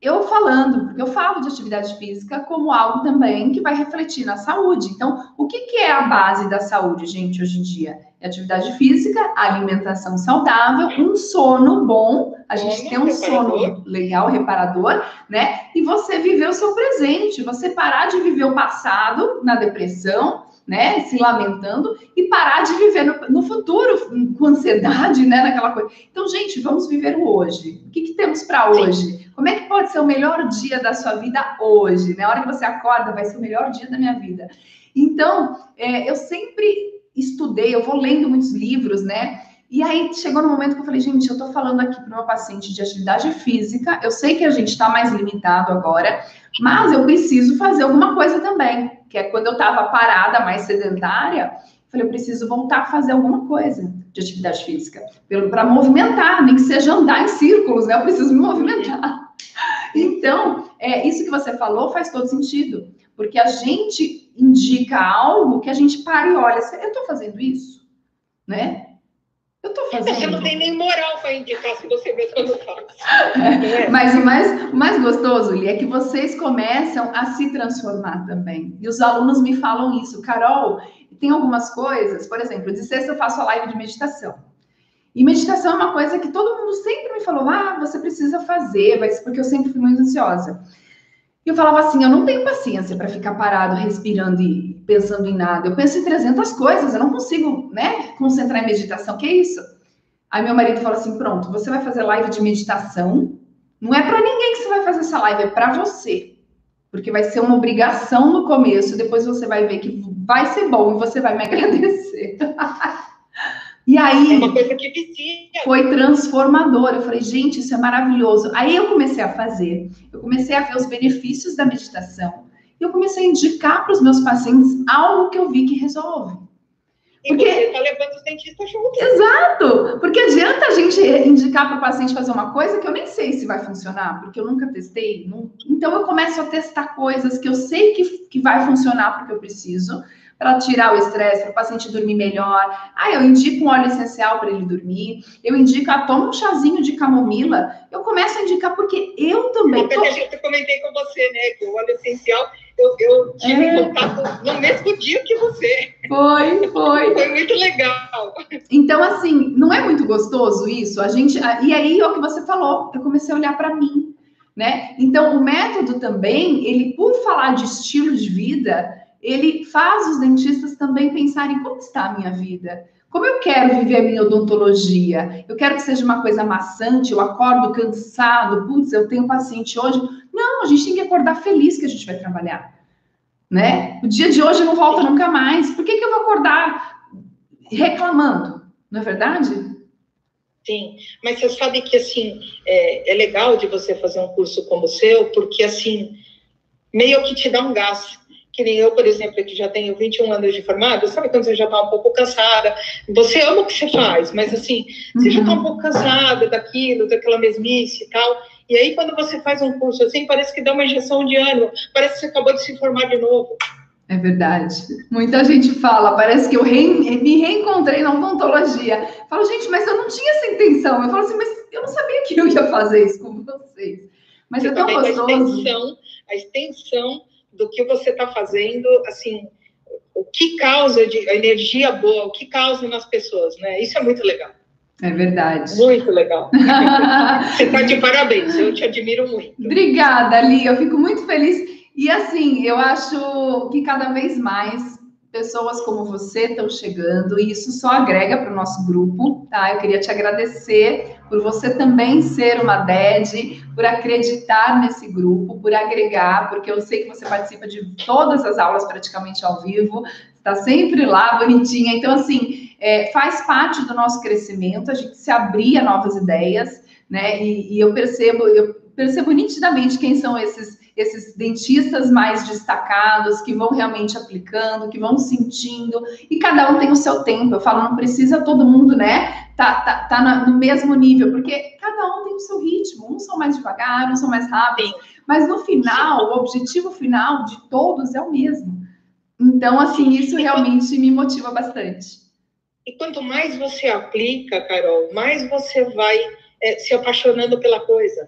porque eu falo de atividade física como algo também que vai refletir na saúde. Então, o que é a base da saúde, gente, hoje em dia? É atividade física, alimentação saudável, um sono bom, a gente tem um sono legal, reparador, né? E você viver o seu presente, você parar de viver o passado na depressão, né? Se lamentando, e parar de viver no futuro com ansiedade, né? Naquela coisa. Então, gente, vamos viver o hoje. O que temos para hoje? Como é que pode ser o melhor dia da sua vida hoje? Na hora que você acorda, vai ser o melhor dia da minha vida. Então, eu sempre estudei, eu vou lendo muitos livros, né? E aí chegou no momento que eu falei, gente, eu tô falando aqui para uma paciente de atividade física, eu sei que a gente está mais limitado agora, mas eu preciso fazer alguma coisa também, que é quando eu estava parada, mais sedentária, eu falei, eu preciso voltar a fazer alguma coisa de atividade física, para movimentar, nem que seja andar em círculos, né? Eu preciso me movimentar. Então, isso que você falou faz todo sentido, porque a gente indica algo que a gente para e olha, eu estou fazendo isso, né? Eu tô fazendo. Você não tem nem moral para indicar se você mesmo não faz. Mas o mais gostoso, Li, é que vocês começam a se transformar também. E os alunos me falam isso. Carol, tem algumas coisas, por exemplo, de sexta eu faço a live de meditação. E meditação é uma coisa que todo mundo sempre me falou, você precisa fazer, porque eu sempre fui muito ansiosa. E eu falava assim, eu não tenho paciência para ficar parado, respirando e pensando em nada. Eu penso em 300 coisas, eu não consigo, né, concentrar em meditação. Que é isso? Aí meu marido falou assim, pronto, você vai fazer live de meditação. Não é para ninguém que você vai fazer essa live, é para você. Porque vai ser uma obrigação no começo, depois você vai ver que vai ser bom e você vai me agradecer. E aí, é uma coisa que vicia. Foi transformador. Eu falei, gente, isso é maravilhoso. Aí eu comecei a fazer, eu comecei a ver os benefícios da meditação. E eu comecei a indicar para os meus pacientes algo que eu vi que resolve. E porque... você está levando os dentistas juntos. Exato! Porque adianta a gente indicar para o paciente fazer uma coisa que eu nem sei se vai funcionar, porque eu nunca testei. Então, eu começo a testar coisas que eu sei que vai funcionar porque eu preciso, para tirar o estresse, para o paciente dormir melhor. Eu indico um óleo essencial para ele dormir. Eu indico, toma um chazinho de camomila. Eu começo a indicar porque eu também... Eu comentei com você, né, que o óleo essencial... Eu tive contato no mesmo dia que você. Foi. Foi muito legal. Então, assim, não é muito gostoso isso? E aí, é o que você falou, eu comecei a olhar para mim, né? Então, o método também, ele, por falar de estilo de vida, ele faz os dentistas também pensarem como está a minha vida. Como eu quero viver a minha odontologia? Eu quero que seja uma coisa maçante, eu acordo cansado, putz, eu tenho paciente hoje. Não, a gente tem que acordar feliz que a gente vai trabalhar, né? O dia de hoje não volta nunca mais. Por que eu vou acordar reclamando? Não é verdade? Sim, mas você sabe que, assim, é legal de você fazer um curso como o seu, porque, assim, meio que te dá um gás. Que nem eu, por exemplo, que já tenho 21 anos de formado, sabe quando você já está um pouco cansada? Você ama o que você faz, mas, assim, você já está um pouco cansada daquilo, daquela mesmice e tal. E aí, quando você faz um curso assim, parece que dá uma injeção de ânimo, parece que você acabou de se formar de novo. É verdade. Muita gente fala, parece que eu me reencontrei na odontologia. Falo, gente, mas eu não tinha essa intenção. Eu falo assim, mas eu não sabia que eu ia fazer isso com vocês. Mas você é tão gostoso. A extensão do que você está fazendo, assim, o que causa de a energia boa, o que causa nas pessoas, né? Isso é muito legal. É verdade. Muito legal. Você está de parabéns, eu te admiro muito. Obrigada, Ali, eu fico muito feliz. E assim, eu acho que cada vez mais pessoas como você estão chegando e isso só agrega para o nosso grupo, tá? Eu queria te agradecer por você também ser uma DED, por acreditar nesse grupo, por agregar, porque eu sei que você participa de todas as aulas praticamente ao vivo, está sempre lá, bonitinha. Então, assim, faz parte do nosso crescimento, a gente se abrir a novas ideias, né? E eu percebo nitidamente quem são esses dentistas mais destacados, que vão realmente aplicando, que vão sentindo, e cada um tem o seu tempo. Eu falo, não precisa todo mundo, né, tá no mesmo nível, porque cada um tem o seu ritmo, uns são mais devagar, uns são mais rápidos, mas no final, o objetivo final de todos é o mesmo. Então, assim, isso realmente me motiva bastante. E quanto mais você aplica, Carol, mais você vai se apaixonando pela coisa.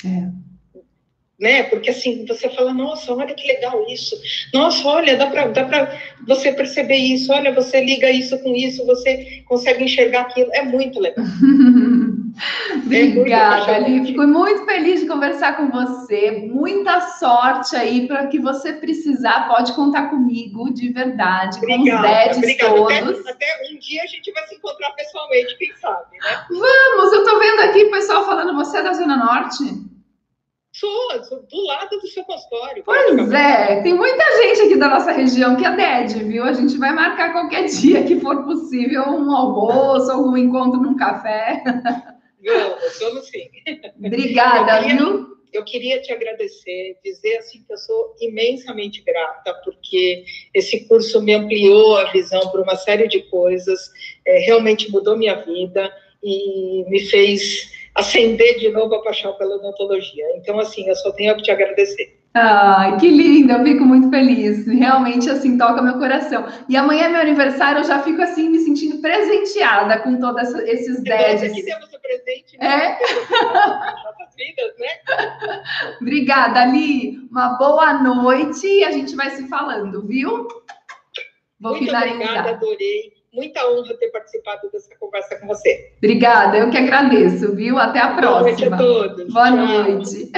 Né? Porque assim, você fala, nossa, olha que legal isso. Nossa, olha, dá para você perceber isso. Olha, você liga isso com isso, você consegue enxergar aquilo. É muito legal. Obrigada, Ali. Fico muito feliz de conversar com você. Muita sorte aí para que você precisar. Pode contar comigo, de verdade. Obrigada, com os DEDs todos. Até um dia a gente vai se encontrar pessoalmente, quem sabe, né? Vamos, eu tô vendo aqui o pessoal falando, você é da Zona Norte? Sou do lado do seu consultório. Pois é, tem muita gente aqui da nossa região que é DED, viu? A gente vai marcar qualquer dia que for possível um almoço, algum encontro num café. Vamos sim. Obrigada, viu? Eu queria te agradecer, dizer assim que eu sou imensamente grata, porque esse curso me ampliou a visão para uma série de coisas, realmente mudou minha vida e me fez acender de novo a paixão pela odontologia. Então, assim, eu só tenho que te agradecer. Ai, que linda, eu fico muito feliz. Realmente, assim, toca meu coração. E amanhã é meu aniversário, eu já fico, assim, me sentindo presenteada com todos esses DEDs. Aqui temos o presente, né? Nossas vidas, né? Obrigada, Ali. Uma boa noite e a gente vai se falando, viu? Vou finalizar. Obrigada, adorei. Muita honra ter participado dessa conversa com você. Obrigada, eu que agradeço, viu? Até a próxima. Boa noite a todos. Boa noite.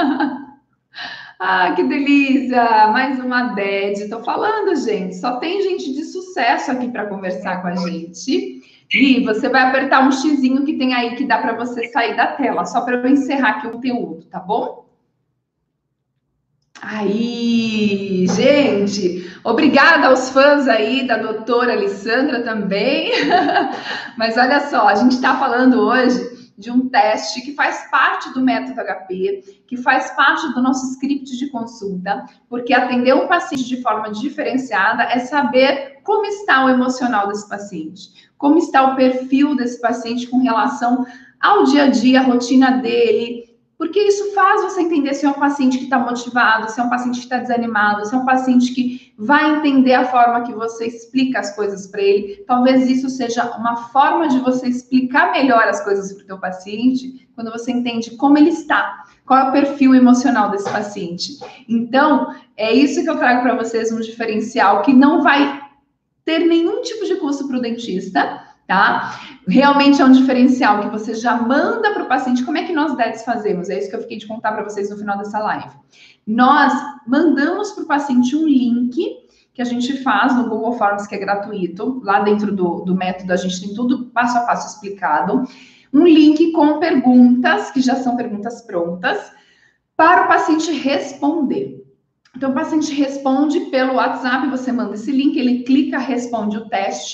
Ah, que delícia! Mais uma DED. Tô falando, gente. Só tem gente de sucesso aqui para conversar com a gente. E você vai apertar um xizinho que tem aí que dá para você sair da tela, só para eu encerrar aqui o conteúdo, tá bom? Aí, gente, obrigada aos fãs aí da doutora Alessandra também. Mas olha só, a gente está falando hoje de um teste que faz parte do método HP, que faz parte do nosso script de consulta, porque atender um paciente de forma diferenciada é saber como está o emocional desse paciente, como está o perfil desse paciente com relação ao dia a dia, a rotina dele, porque isso faz você entender se é um paciente que está motivado, se é um paciente que está desanimado, se é um paciente que vai entender a forma que você explica as coisas para ele. Talvez isso seja uma forma de você explicar melhor as coisas para o teu paciente, quando você entende como ele está, qual é o perfil emocional desse paciente. Então, é isso que eu trago para vocês, um diferencial que não vai ter nenhum tipo de custo para o dentista, tá? Realmente é um diferencial que você já manda para o paciente. Como é que nós DEDs fazemos? É isso que eu fiquei de contar para vocês no final dessa live. Nós mandamos para o paciente um link que a gente faz no Google Forms, que é gratuito. Lá dentro do método a gente tem tudo passo a passo explicado. Um link com perguntas, que já são perguntas prontas, para o paciente responder. Então, o paciente responde pelo WhatsApp, você manda esse link, ele clica, responde o teste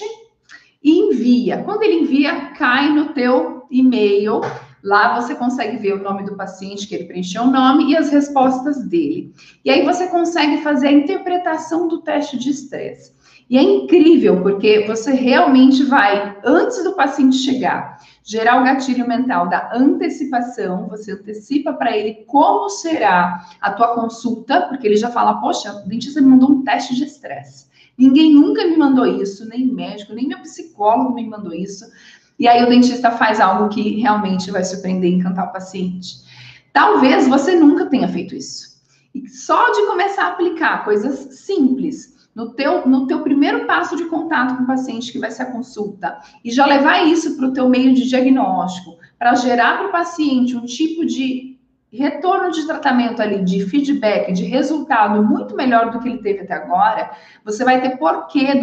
e envia. Quando ele envia, cai no teu e-mail. Lá você consegue ver o nome do paciente, que ele preencheu o nome, e as respostas dele. E aí você consegue fazer a interpretação do teste de estresse. E é incrível, porque você realmente vai, antes do paciente chegar, gerar o gatilho mental da antecipação, você antecipa para ele como será a tua consulta, porque ele já fala, poxa, o dentista me mandou um teste de estresse. Ninguém nunca me mandou isso, nem médico, nem meu psicólogo me mandou isso. E aí o dentista faz algo que realmente vai surpreender e encantar o paciente. Talvez você nunca tenha feito isso. E só de começar a aplicar coisas simples no teu primeiro passo de contato com o paciente, que vai ser a consulta, e já levar isso para o teu meio de diagnóstico, para gerar para o paciente um tipo de retorno de tratamento ali, de feedback, de resultado muito melhor do que ele teve até agora, você vai ter porquê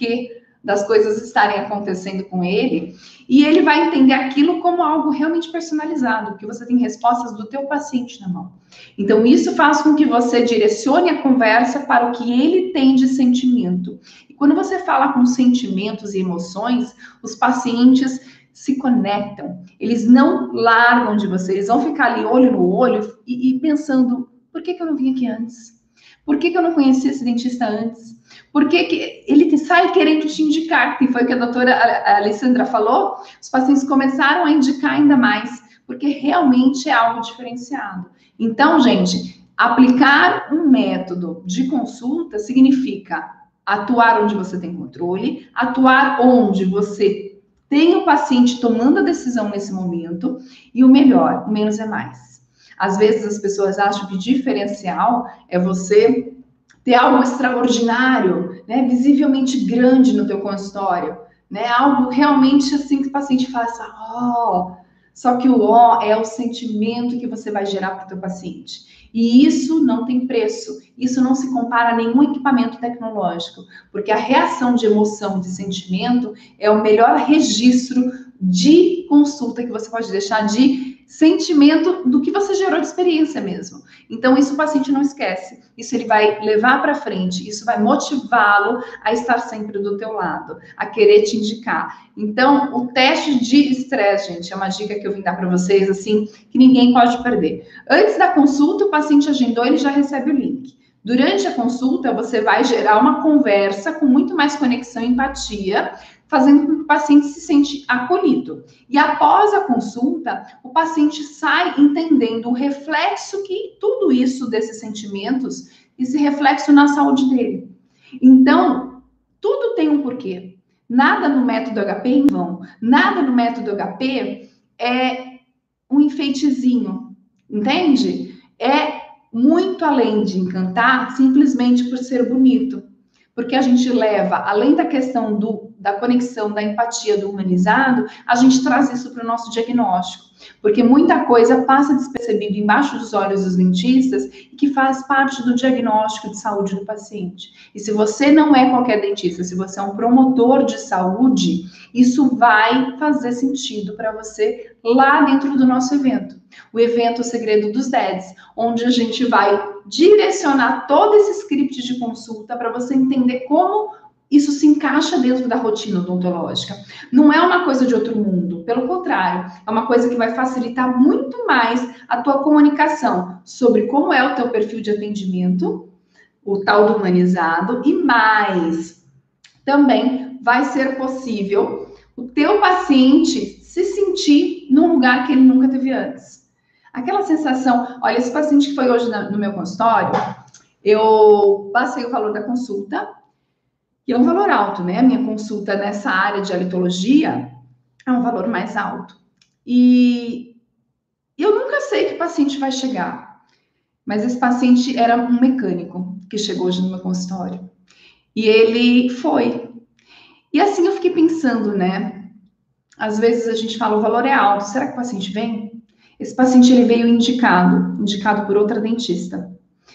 das coisas estarem acontecendo com ele, e ele vai entender aquilo como algo realmente personalizado, porque você tem respostas do teu paciente na mão. Então, isso faz com que você direcione a conversa para o que ele tem de sentimento. E quando você fala com sentimentos e emoções, os pacientes se conectam, eles não largam de você, eles vão ficar ali olho no olho e pensando, por que eu não vim aqui antes? Por que eu não conheci esse dentista antes? Por que ele sai querendo te indicar? Que foi o que a doutora Alessandra falou, os pacientes começaram a indicar ainda mais, porque realmente é algo diferenciado. Então, gente, aplicar um método de consulta significa atuar onde você tem controle, atuar onde você tem o paciente tomando a decisão nesse momento, e o melhor, o menos é mais. Às vezes as pessoas acham que diferencial é você ter algo extraordinário, né, visivelmente grande no teu consultório, né, algo realmente assim que o paciente faça, só que o é o sentimento que você vai gerar para o teu paciente. E isso não tem preço, isso não se compara a nenhum equipamento tecnológico, porque a reação de emoção, de sentimento, é o melhor registro de consulta que você pode deixar, de sentimento do que você gerou de experiência mesmo. Então, isso o paciente não esquece. Isso ele vai levar para frente. Isso vai motivá-lo a estar sempre do teu lado, a querer te indicar. Então, o teste de estresse, gente, é uma dica que eu vim dar para vocês, assim, que ninguém pode perder. Antes da consulta, o paciente agendou, ele já recebe o link. Durante a consulta, você vai gerar uma conversa com muito mais conexão e empatia, fazendo com que o paciente se sente acolhido. E após a consulta, o paciente sai entendendo o reflexo que tudo isso desses sentimentos, esse reflexo na saúde dele. Então, tudo tem um porquê. Nada no método HP é em vão. Nada no método HP é um enfeitezinho, entende? É muito além de encantar, simplesmente por ser bonito. Porque a gente leva, além da questão da conexão, da empatia, do humanizado, a gente traz isso para o nosso diagnóstico. Porque muita coisa passa despercebida embaixo dos olhos dos dentistas e que faz parte do diagnóstico de saúde do paciente. E se você não é qualquer dentista, se você é um promotor de saúde, isso vai fazer sentido para você lá dentro do nosso evento. O evento O Segredo dos DEDs, onde a gente vai direcionar todo esse script de consulta para você entender como isso se encaixa encaixa dentro da rotina odontológica. Não é uma coisa de outro mundo, pelo contrário, é uma coisa que vai facilitar muito mais a tua comunicação sobre como é o teu perfil de atendimento, o tal do humanizado, e mais, também vai ser possível o teu paciente se sentir num lugar que ele nunca teve antes. Aquela sensação, olha, esse paciente que foi hoje no meu consultório, eu passei o valor da consulta, e é um valor alto, né? A minha consulta nessa área de halitologia é um valor mais alto. E eu nunca sei que paciente vai chegar, mas esse paciente era um mecânico que chegou hoje no meu consultório. E ele foi. E assim eu fiquei pensando, né? Às vezes a gente fala, o valor é alto, será que o paciente vem? Esse paciente, ele veio indicado por outra dentista.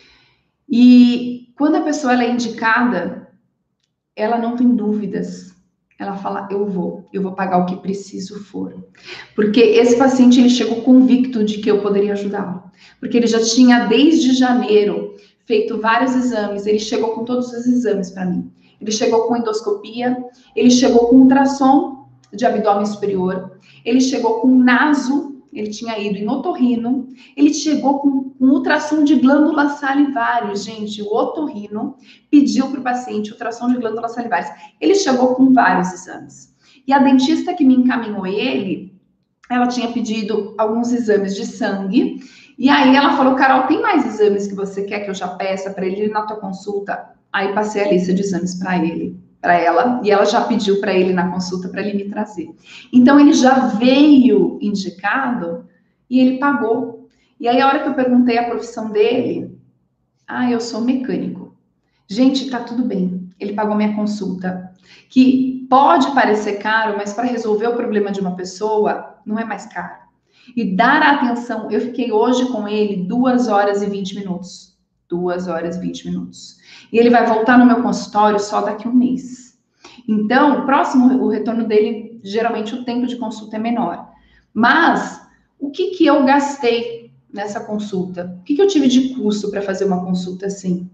E quando a pessoa ela é indicada, ela não tem dúvidas. Ela fala, eu vou pagar o que preciso for. Porque esse paciente, ele chegou convicto de que eu poderia ajudá-lo. Porque ele já tinha, desde janeiro, feito vários exames. Ele chegou com todos os exames para mim. Ele chegou com endoscopia, ele chegou com ultrassom de abdômen superior, ele chegou com naso, ele tinha ido em otorrino, ele chegou com ultrassom de glândulas salivares. Gente, o otorrino pediu para o paciente ultrassom de glândulas salivares. Ele chegou com vários exames. E a dentista que me encaminhou ele, ela tinha pedido alguns exames de sangue, e aí ela falou, Carol, tem mais exames que você quer que eu já peça para ele ir na tua consulta? Aí passei a lista de exames para ela, e ela já pediu para ele na consulta para ele me trazer. Então, ele já veio indicado e ele pagou. E aí, a hora que eu perguntei a profissão dele, eu sou mecânico. Gente, tá tudo bem. Ele pagou minha consulta, que pode parecer caro, mas para resolver o problema de uma pessoa, não é mais caro. E dar atenção, eu fiquei hoje com ele 2 horas e 20 minutos. 2 horas e 20 minutos. E ele vai voltar no meu consultório só daqui a um mês. Então, o retorno dele, geralmente o tempo de consulta é menor. Mas, o que eu gastei nessa consulta? O que eu tive de custo para fazer uma consulta assim?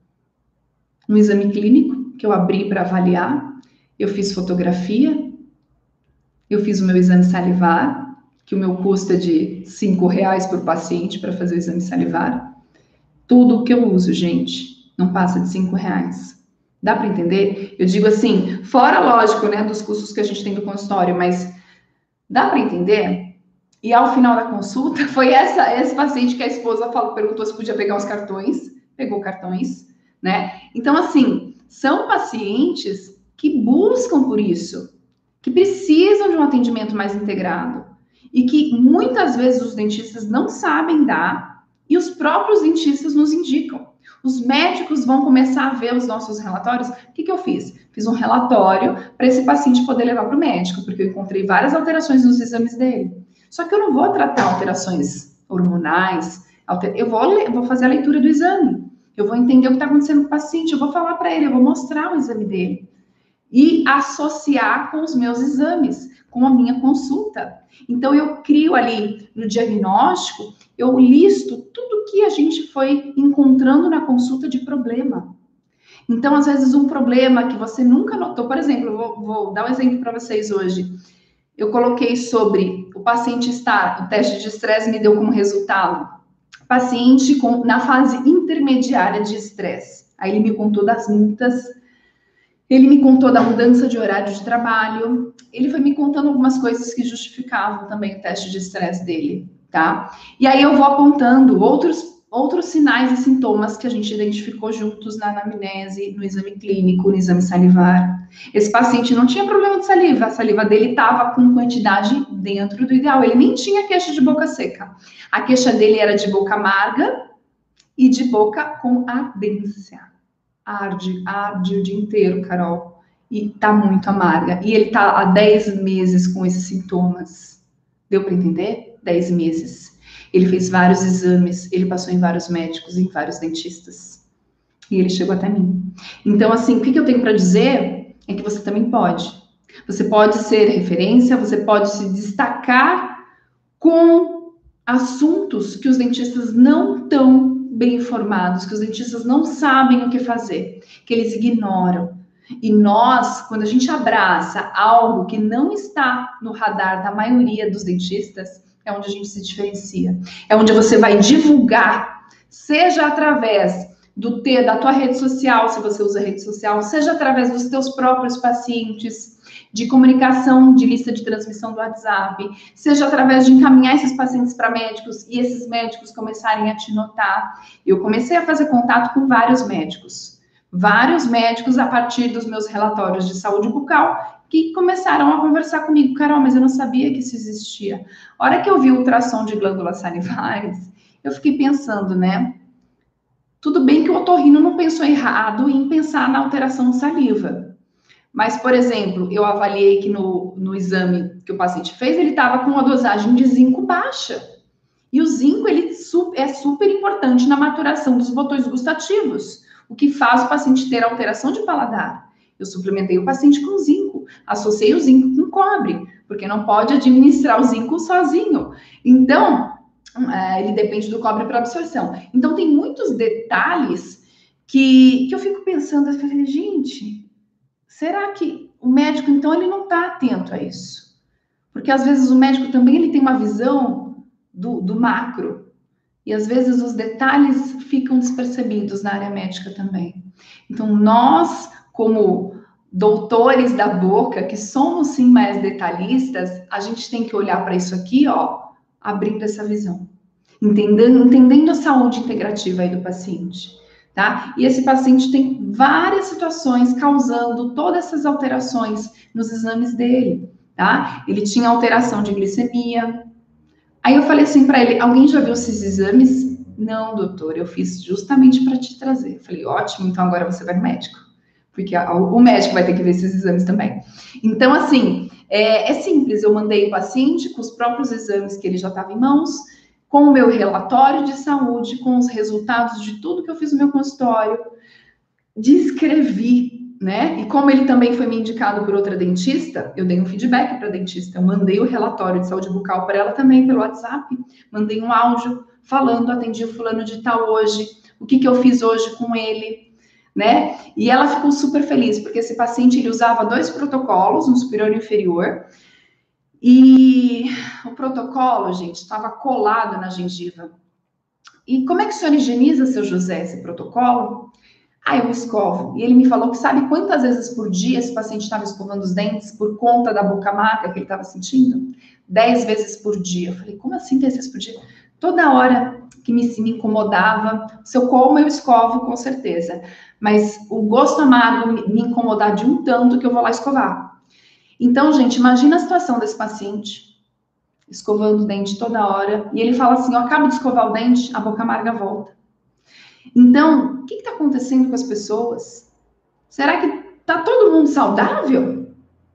Um exame clínico, que eu abri para avaliar, eu fiz fotografia, eu fiz o meu exame salivar, que o meu custo é de R$5 por paciente para fazer o exame salivar. Tudo que eu uso, gente, não passa de R$5. Dá para entender? Eu digo assim, fora, lógico, né, dos custos que a gente tem do consultório, mas dá para entender? E ao final da consulta, foi esse paciente que a esposa perguntou se podia pegar os cartões, pegou cartões, né? Então, assim, são pacientes que buscam por isso, que precisam de um atendimento mais integrado e que muitas vezes os dentistas não sabem dar e os próprios dentistas nos indicam. Os médicos vão começar a ver os nossos relatórios. O que eu fiz? Fiz um relatório para esse paciente poder levar para o médico, porque eu encontrei várias alterações nos exames dele. Só que eu não vou tratar alterações hormonais, eu vou fazer a leitura do exame. Eu vou entender o que está acontecendo com o paciente, eu vou falar para ele, eu vou mostrar o exame dele. E associar com os meus exames, com a minha consulta. Então, eu crio ali no diagnóstico, eu listo tudo que a gente foi encontrando na consulta de problema. Então, às vezes, um problema que você nunca notou, por exemplo, eu vou dar um exemplo para vocês hoje. Eu coloquei sobre o paciente o teste de estresse me deu como resultado, paciente na fase intermediária de estresse. Aí ele me contou das multas, ele me contou da mudança de horário de trabalho, ele foi me contando algumas coisas que justificavam também o teste de estresse dele, tá? E aí eu vou apontando outros sinais e sintomas que a gente identificou juntos na anamnese, no exame clínico, no exame salivar. Esse paciente não tinha problema de saliva, a saliva dele estava com quantidade dentro do ideal, ele nem tinha queixa de boca seca. A queixa dele era de boca amarga e de boca com ardência. Arde o dia inteiro, Carol, e tá muito amarga. E ele tá há 10 meses com esses sintomas. Deu para entender? 10 meses. Ele fez vários exames, ele passou em vários médicos, em vários dentistas. E ele chegou até mim. Então, assim, o que eu tenho para dizer é que você também pode. Você pode ser referência, você pode se destacar com assuntos que os dentistas não estão bem informados, que os dentistas não sabem o que fazer, que eles ignoram. E nós, quando a gente abraça algo que não está no radar da maioria dos dentistas, é onde a gente se diferencia. É onde você vai divulgar, seja através da tua rede social, se você usa rede social, seja através dos teus próprios pacientes, de comunicação de lista de transmissão do WhatsApp, seja através de encaminhar esses pacientes para médicos e esses médicos começarem a te notar. Eu comecei a fazer contato com vários médicos a partir dos meus relatórios de saúde bucal, que começaram a conversar comigo. Carol, mas eu não sabia que isso existia. A hora que eu vi o ultrassom de glândulas salivares, eu fiquei pensando, né? Tudo bem que o otorrino não pensou errado em pensar na alteração de saliva. Mas, por exemplo, eu avaliei que no exame que o paciente fez, ele estava com uma dosagem de zinco baixa. E o zinco, ele é super importante na maturação dos botões gustativos, o que faz o paciente ter alteração de paladar. Eu suplementei o paciente com zinco, associei o zinco com cobre, porque não pode administrar o zinco sozinho. Então, ele depende do cobre para absorção. Então, tem muitos detalhes que eu fico pensando, eu falei, gente, será que o médico, então, ele não está atento a isso? Porque, às vezes, o médico também ele tem uma visão do macro. E, às vezes, os detalhes ficam despercebidos na área médica também. Então, nós, como doutores da boca, que somos, sim, mais detalhistas, a gente tem que olhar para isso aqui, ó, abrindo essa visão, entendendo a saúde integrativa aí do paciente, tá? E esse paciente tem várias situações causando todas essas alterações nos exames dele, tá? Ele tinha alteração de glicemia. Aí eu falei assim para ele, alguém já viu esses exames? Não, doutor, eu fiz justamente para te trazer. Eu falei, ótimo, então agora você vai no médico, porque o médico vai ter que ver esses exames também. Então, assim, é simples, eu mandei o paciente com os próprios exames que ele já estava em mãos, com o meu relatório de saúde, com os resultados de tudo que eu fiz no meu consultório, descrevi, né? E como ele também foi me indicado por outra dentista, eu dei um feedback para a dentista, eu mandei o relatório de saúde bucal para ela também pelo WhatsApp, mandei um áudio falando, atendi o fulano de tal hoje, o que eu fiz hoje com ele, né? E ela ficou super feliz, porque esse paciente, ele usava 2 protocolos, um superior e inferior, e o protocolo, gente, estava colado na gengiva. E como é que o senhor higieniza, seu José, esse protocolo? Eu escovo. E ele me falou que sabe quantas vezes por dia esse paciente estava escovando os dentes por conta da boca amarga que ele estava sentindo? 10 vezes por dia. Eu falei, como assim 10 vezes por dia? Toda hora que me incomodava, se eu como, eu escovo, com certeza. Mas o gosto amargo me incomodar de um tanto que eu vou lá escovar. Então, gente, imagina a situação desse paciente escovando o dente toda hora. E ele fala assim, eu acabo de escovar o dente, a boca amarga volta. Então, o que está acontecendo com as pessoas? Será que está todo mundo saudável?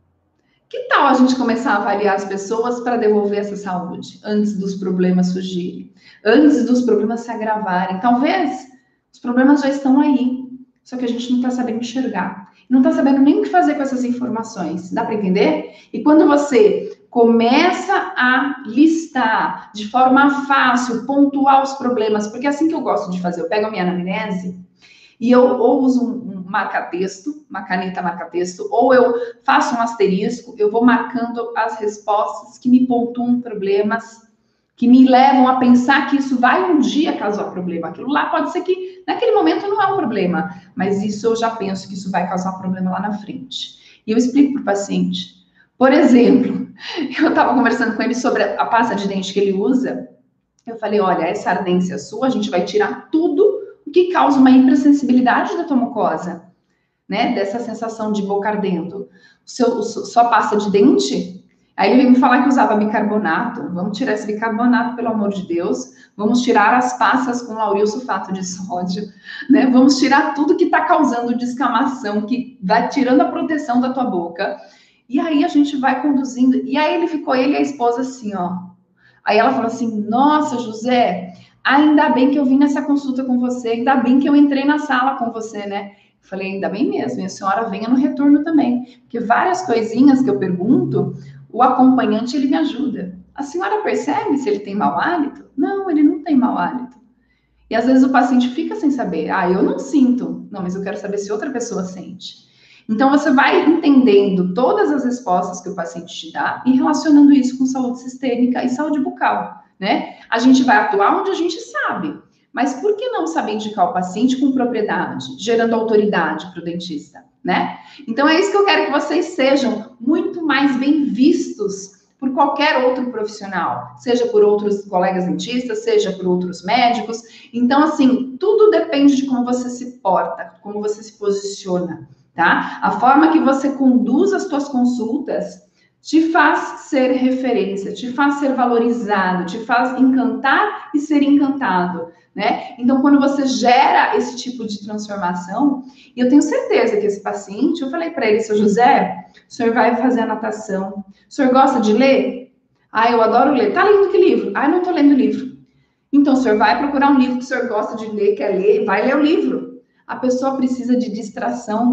Que tal a gente começar a avaliar as pessoas para devolver essa saúde antes dos problemas surgirem, antes dos problemas se agravarem? Talvez os problemas já estão aí, só que a gente não está sabendo enxergar, não está sabendo nem o que fazer com essas informações. Dá para entender? E quando você começa a listar de forma fácil, pontuar os problemas, porque é assim que eu gosto de fazer. Eu pego a minha anamnese e eu ou uso um marca-texto, uma caneta marca-texto, ou eu faço um asterisco, eu vou marcando as respostas que me pontuam problemas, que me levam a pensar que isso vai um dia causar problema. Aquilo lá pode ser que naquele momento não é um problema, mas isso eu já penso que isso vai causar um problema lá na frente. E eu explico para o paciente. Por exemplo, eu estava conversando com ele sobre a pasta de dente que ele usa. Eu falei, olha, essa ardência sua, a gente vai tirar tudo o que causa uma hipersensibilidade da tua mucosa, né? Dessa sensação de boca ardendo. Sua pasta de dente, aí ele veio me falar que usava bicarbonato. Vamos tirar esse bicarbonato, pelo amor de Deus. Vamos tirar as pastas com lauryl sulfato de sódio, né? Vamos tirar tudo que está causando descamação, que vai tirando a proteção da tua boca. E aí a gente vai conduzindo. E aí ele e a esposa assim, ó. Aí ela falou assim, nossa, José, ainda bem que eu vim nessa consulta com você, ainda bem que eu entrei na sala com você, né? Eu falei, ainda bem mesmo, e a senhora venha no retorno também. Porque várias coisinhas que eu pergunto, o acompanhante, ele me ajuda. A senhora percebe se ele tem mau hálito? Não, ele não tem mau hálito. E às vezes o paciente fica sem saber. Eu não sinto. Não, mas eu quero saber se outra pessoa sente. Então, você vai entendendo todas as respostas que o paciente te dá e relacionando isso com saúde sistêmica e saúde bucal, né? A gente vai atuar onde a gente sabe, mas por que não saber indicar o paciente com propriedade, gerando autoridade para o dentista, né? Então, é isso que eu quero que vocês sejam muito mais bem vistos por qualquer outro profissional, seja por outros colegas dentistas, seja por outros médicos. Então, assim, tudo depende de como você se porta, como você se posiciona, tá? A forma que você conduz as suas consultas te faz ser referência, te faz ser valorizado, te faz encantar e ser encantado, né? Então, quando você gera esse tipo de transformação, e eu tenho certeza que esse paciente, eu falei para ele, seu José, o senhor vai fazer a natação, o senhor gosta de ler? Ah, eu adoro ler. Tá lendo que livro? Ah, eu não tô lendo livro. Então, o senhor vai procurar um livro que o senhor gosta de ler, quer ler, vai ler o livro. A pessoa precisa de distração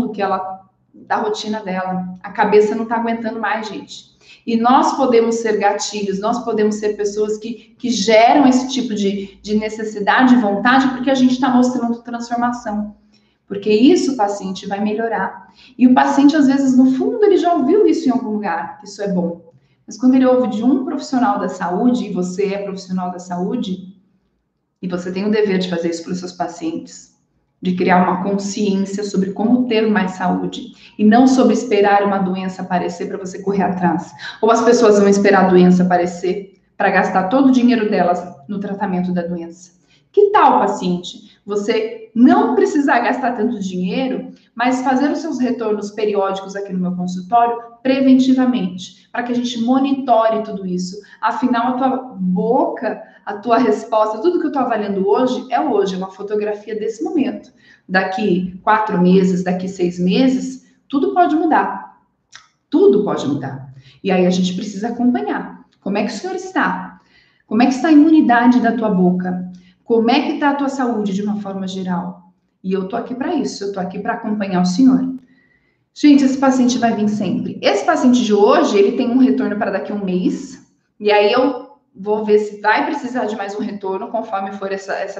da rotina dela. A cabeça não está aguentando mais, gente. E nós podemos ser gatilhos, nós podemos ser pessoas que geram esse tipo de necessidade e vontade, porque a gente está mostrando transformação. Porque isso o paciente vai melhorar. E o paciente, às vezes, no fundo, ele já ouviu isso em algum lugar, que isso é bom. Mas quando ele ouve de um profissional da saúde, e você é profissional da saúde, e você tem o dever de fazer isso para os seus pacientes, de criar uma consciência sobre como ter mais saúde, e não sobre esperar uma doença aparecer para você correr atrás. Ou as pessoas vão esperar a doença aparecer para gastar todo o dinheiro delas no tratamento da doença. Que tal, paciente, você não precisar gastar tanto dinheiro, mas fazer os seus retornos periódicos aqui no meu consultório preventivamente, para que a gente monitore tudo isso. Afinal, a tua boca, a tua resposta, tudo que eu estou avaliando hoje, é uma fotografia desse momento. Daqui 4 meses, daqui 6 meses, tudo pode mudar. Tudo pode mudar. E aí a gente precisa acompanhar. Como é que o senhor está? Como é que está a imunidade da tua boca? Como é que está a tua saúde de uma forma geral? E eu tô aqui para isso, eu tô aqui para acompanhar o senhor. Gente, esse paciente vai vir sempre. Esse paciente de hoje, ele tem um retorno para daqui a um mês, e aí eu vou ver se vai precisar de mais um retorno, conforme for essa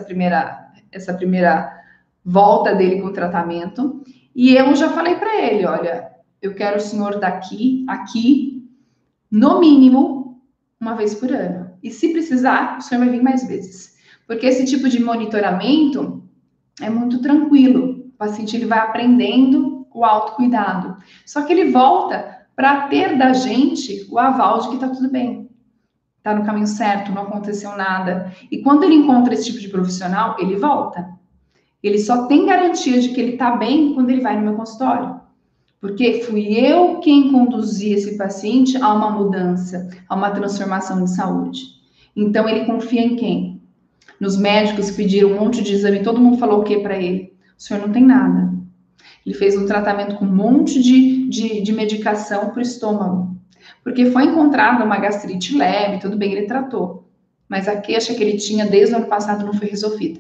primeira volta dele com o tratamento. E eu já falei para ele, olha, eu quero o senhor aqui, no mínimo, uma vez por ano. E se precisar, o senhor vai vir mais vezes. Porque esse tipo de monitoramento é muito tranquilo. O paciente ele vai aprendendo o autocuidado. Só que ele volta para ter da gente o aval de que está tudo bem. Está no caminho certo, não aconteceu nada. E quando ele encontra esse tipo de profissional, ele volta. Ele só tem garantia de que ele está bem quando ele vai no meu consultório. Porque fui eu quem conduzi esse paciente a uma mudança, a uma transformação de saúde. Então, ele confia em quem? Nos médicos que pediram um monte de exame, todo mundo falou o que para ele? O senhor não tem nada. Ele fez um tratamento com um monte de medicação para o estômago. Porque foi encontrada uma gastrite leve, tudo bem, ele tratou. Mas a queixa que ele tinha desde o ano passado não foi resolvida.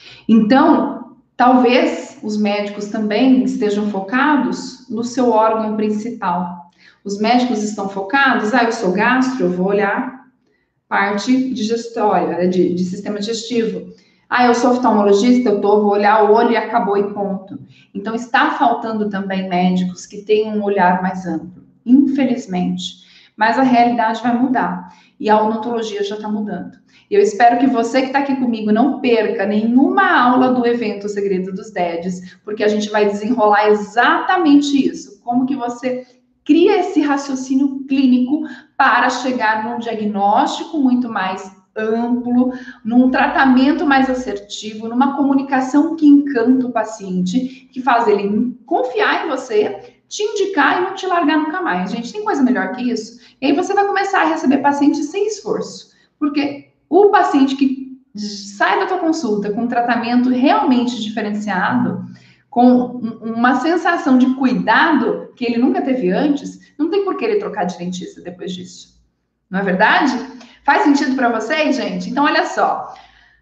Então, talvez os médicos também estejam focados no seu órgão principal. Os médicos estão focados, eu sou gastro, eu vou olhar parte digestória, de sistema digestivo. Eu sou oftalmologista, vou olhar o olho e acabou e ponto. Então, está faltando também médicos que tenham um olhar mais amplo, infelizmente. Mas a realidade vai mudar e a odontologia já está mudando. E eu espero que você que está aqui comigo não perca nenhuma aula do evento O Segredo dos DEDs, porque a gente vai desenrolar exatamente isso. Como que você cria esse raciocínio clínico para chegar num diagnóstico muito mais amplo, num tratamento mais assertivo, numa comunicação que encanta o paciente, que faz ele confiar em você, te indicar e não te largar nunca mais. Gente, tem coisa melhor que isso? E aí você vai começar a receber pacientes sem esforço, porque o paciente que sai da tua consulta com um tratamento realmente diferenciado, com uma sensação de cuidado que ele nunca teve antes, não tem por que ele trocar de dentista depois disso. Não é verdade? Faz sentido para vocês, gente? Então, olha só.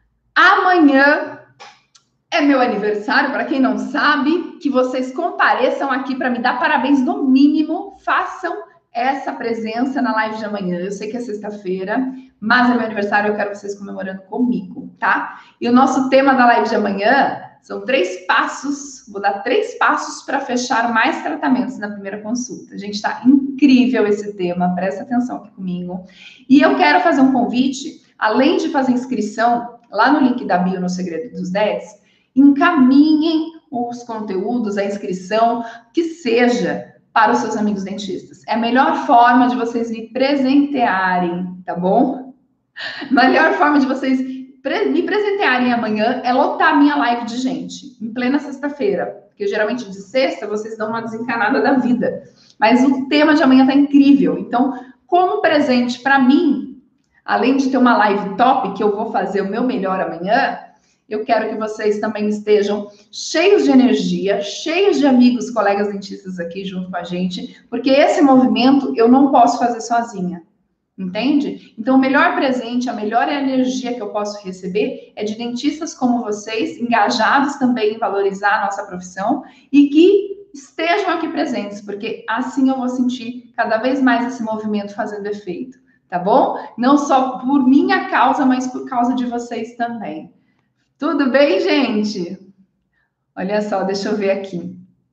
Amanhã é meu aniversário, para quem não sabe, que vocês compareçam aqui para me dar parabéns, no mínimo, façam essa presença na live de amanhã. Eu sei que é sexta-feira, mas é meu aniversário, eu quero vocês comemorando comigo, tá? E o nosso tema da live de amanhã São 3 passos, vou dar 3 passos para fechar mais tratamentos na primeira consulta. Gente, tá incrível esse tema, presta atenção aqui comigo. E eu quero fazer um convite, além de fazer inscrição lá no link da bio no Segredo dos 10, encaminhem os conteúdos, a inscrição, que seja para os seus amigos dentistas. É a melhor forma de vocês me presentearem, tá bom? A melhor forma de vocês me presentearem amanhã é lotar a minha live de gente, em plena sexta-feira, porque geralmente de sexta vocês dão uma desencanada da vida, mas o tema de amanhã tá incrível. Então, como presente para mim, além de ter uma live top, que eu vou fazer o meu melhor amanhã, eu quero que vocês também estejam cheios de energia, cheios de amigos, colegas dentistas aqui junto com a gente, porque esse movimento eu não posso fazer sozinha. Entende? Então, o melhor presente, a melhor energia que eu posso receber é de dentistas como vocês, engajados também em valorizar a nossa profissão e que estejam aqui presentes, porque assim eu vou sentir cada vez mais esse movimento fazendo efeito, tá bom? Não só por minha causa, mas por causa de vocês também. Tudo bem, gente? Olha só, deixa eu ver aqui.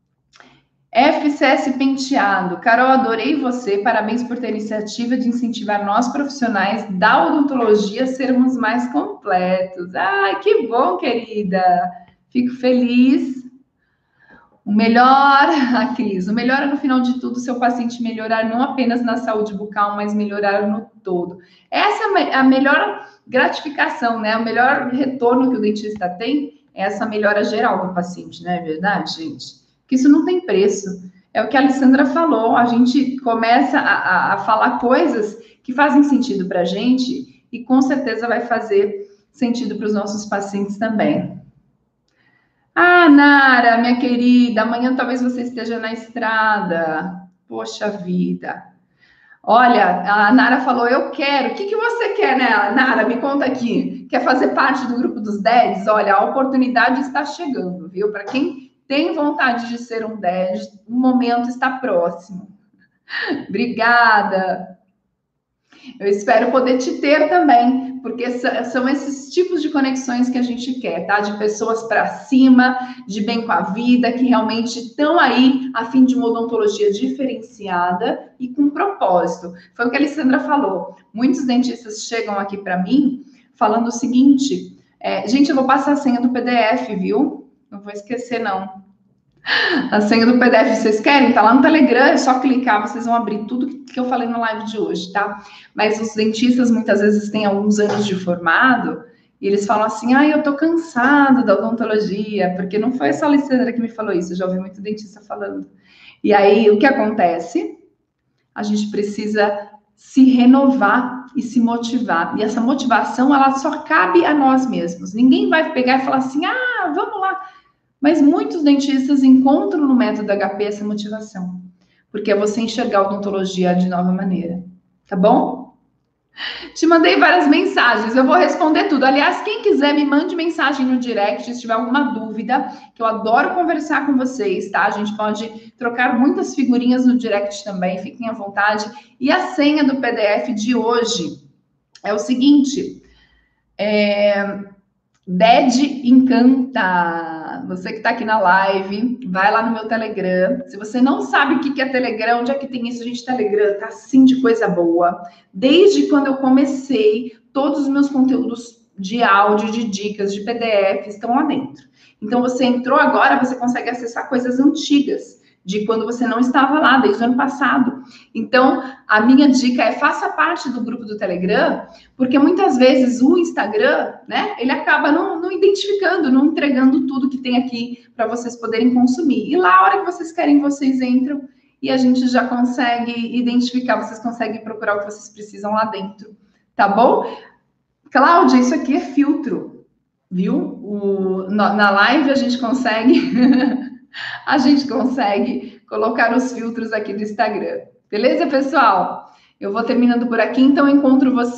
FCS Penteado. Carol, adorei você. Parabéns por ter a iniciativa de incentivar nós profissionais da odontologia a sermos mais completos. Ai, que bom, querida. Fico feliz. O melhor, a Cris, o melhor é no final de tudo seu paciente melhorar não apenas na saúde bucal, mas melhorar no todo. Essa é a melhor gratificação, né? O melhor retorno que o dentista tem é essa melhora geral do paciente, não é verdade, gente? Que isso não tem preço. É o que a Alessandra falou, a gente começa a falar coisas que fazem sentido para a gente e com certeza vai fazer sentido para os nossos pacientes também. Ah, Nara, minha querida, amanhã talvez você esteja na estrada. Poxa vida. Olha, a Nara falou, eu quero. O que você quer, né, Nara? Me conta aqui. Quer fazer parte do grupo dos 10? Olha, a oportunidade está chegando, viu? Para quem tem vontade de ser um 10, o momento está próximo. Obrigada. Eu espero poder te ter também, porque são esses tipos de conexões que a gente quer, tá? De pessoas para cima, de bem com a vida, que realmente estão aí a fim de uma odontologia diferenciada e com propósito. Foi o que a Alessandra falou. Muitos dentistas chegam aqui para mim falando o seguinte, gente, eu vou passar a senha do PDF, viu? Não vou esquecer, não. A senha do PDF, vocês querem? Tá lá no Telegram, é só clicar, vocês vão abrir tudo que eu falei na live de hoje, tá? Mas os dentistas muitas vezes têm alguns anos de formado e eles falam assim, eu tô cansado da odontologia, porque não foi só a Alessandra que me falou isso, eu já ouvi muito dentista falando. E aí, o que acontece? A gente precisa se renovar e se motivar. E essa motivação, ela só cabe a nós mesmos. Ninguém vai pegar e falar assim, vamos lá. Mas muitos dentistas encontram no método HP essa motivação, porque é você enxergar a odontologia de nova maneira, tá bom? Te mandei várias mensagens, eu vou responder tudo. Aliás, quem quiser, me mande mensagem no direct, se tiver alguma dúvida, que eu adoro conversar com vocês, tá? A gente pode trocar muitas figurinhas no direct também, fiquem à vontade. E a senha do PDF de hoje é o seguinte, DED Encanta. Você que está aqui na live, vai lá no meu Telegram. Se você não sabe o que é Telegram, onde é que tem isso, gente? Telegram tá assim de coisa boa. Desde quando eu comecei, todos os meus conteúdos de áudio, de dicas, de PDF estão lá dentro. Então, você entrou agora, você consegue acessar coisas antigas, de quando você não estava lá, desde o ano passado. Então, a minha dica é faça parte do grupo do Telegram, porque muitas vezes o Instagram, né, ele acaba não identificando, não entregando tudo que tem aqui para vocês poderem consumir. E lá, a hora que vocês querem, vocês entram e a gente já consegue identificar, vocês conseguem procurar o que vocês precisam lá dentro, tá bom? Cláudia, isso aqui é filtro, viu? Na live a gente consegue... a gente consegue colocar os filtros aqui do Instagram. Beleza, pessoal? Eu vou terminando por aqui, então eu encontro você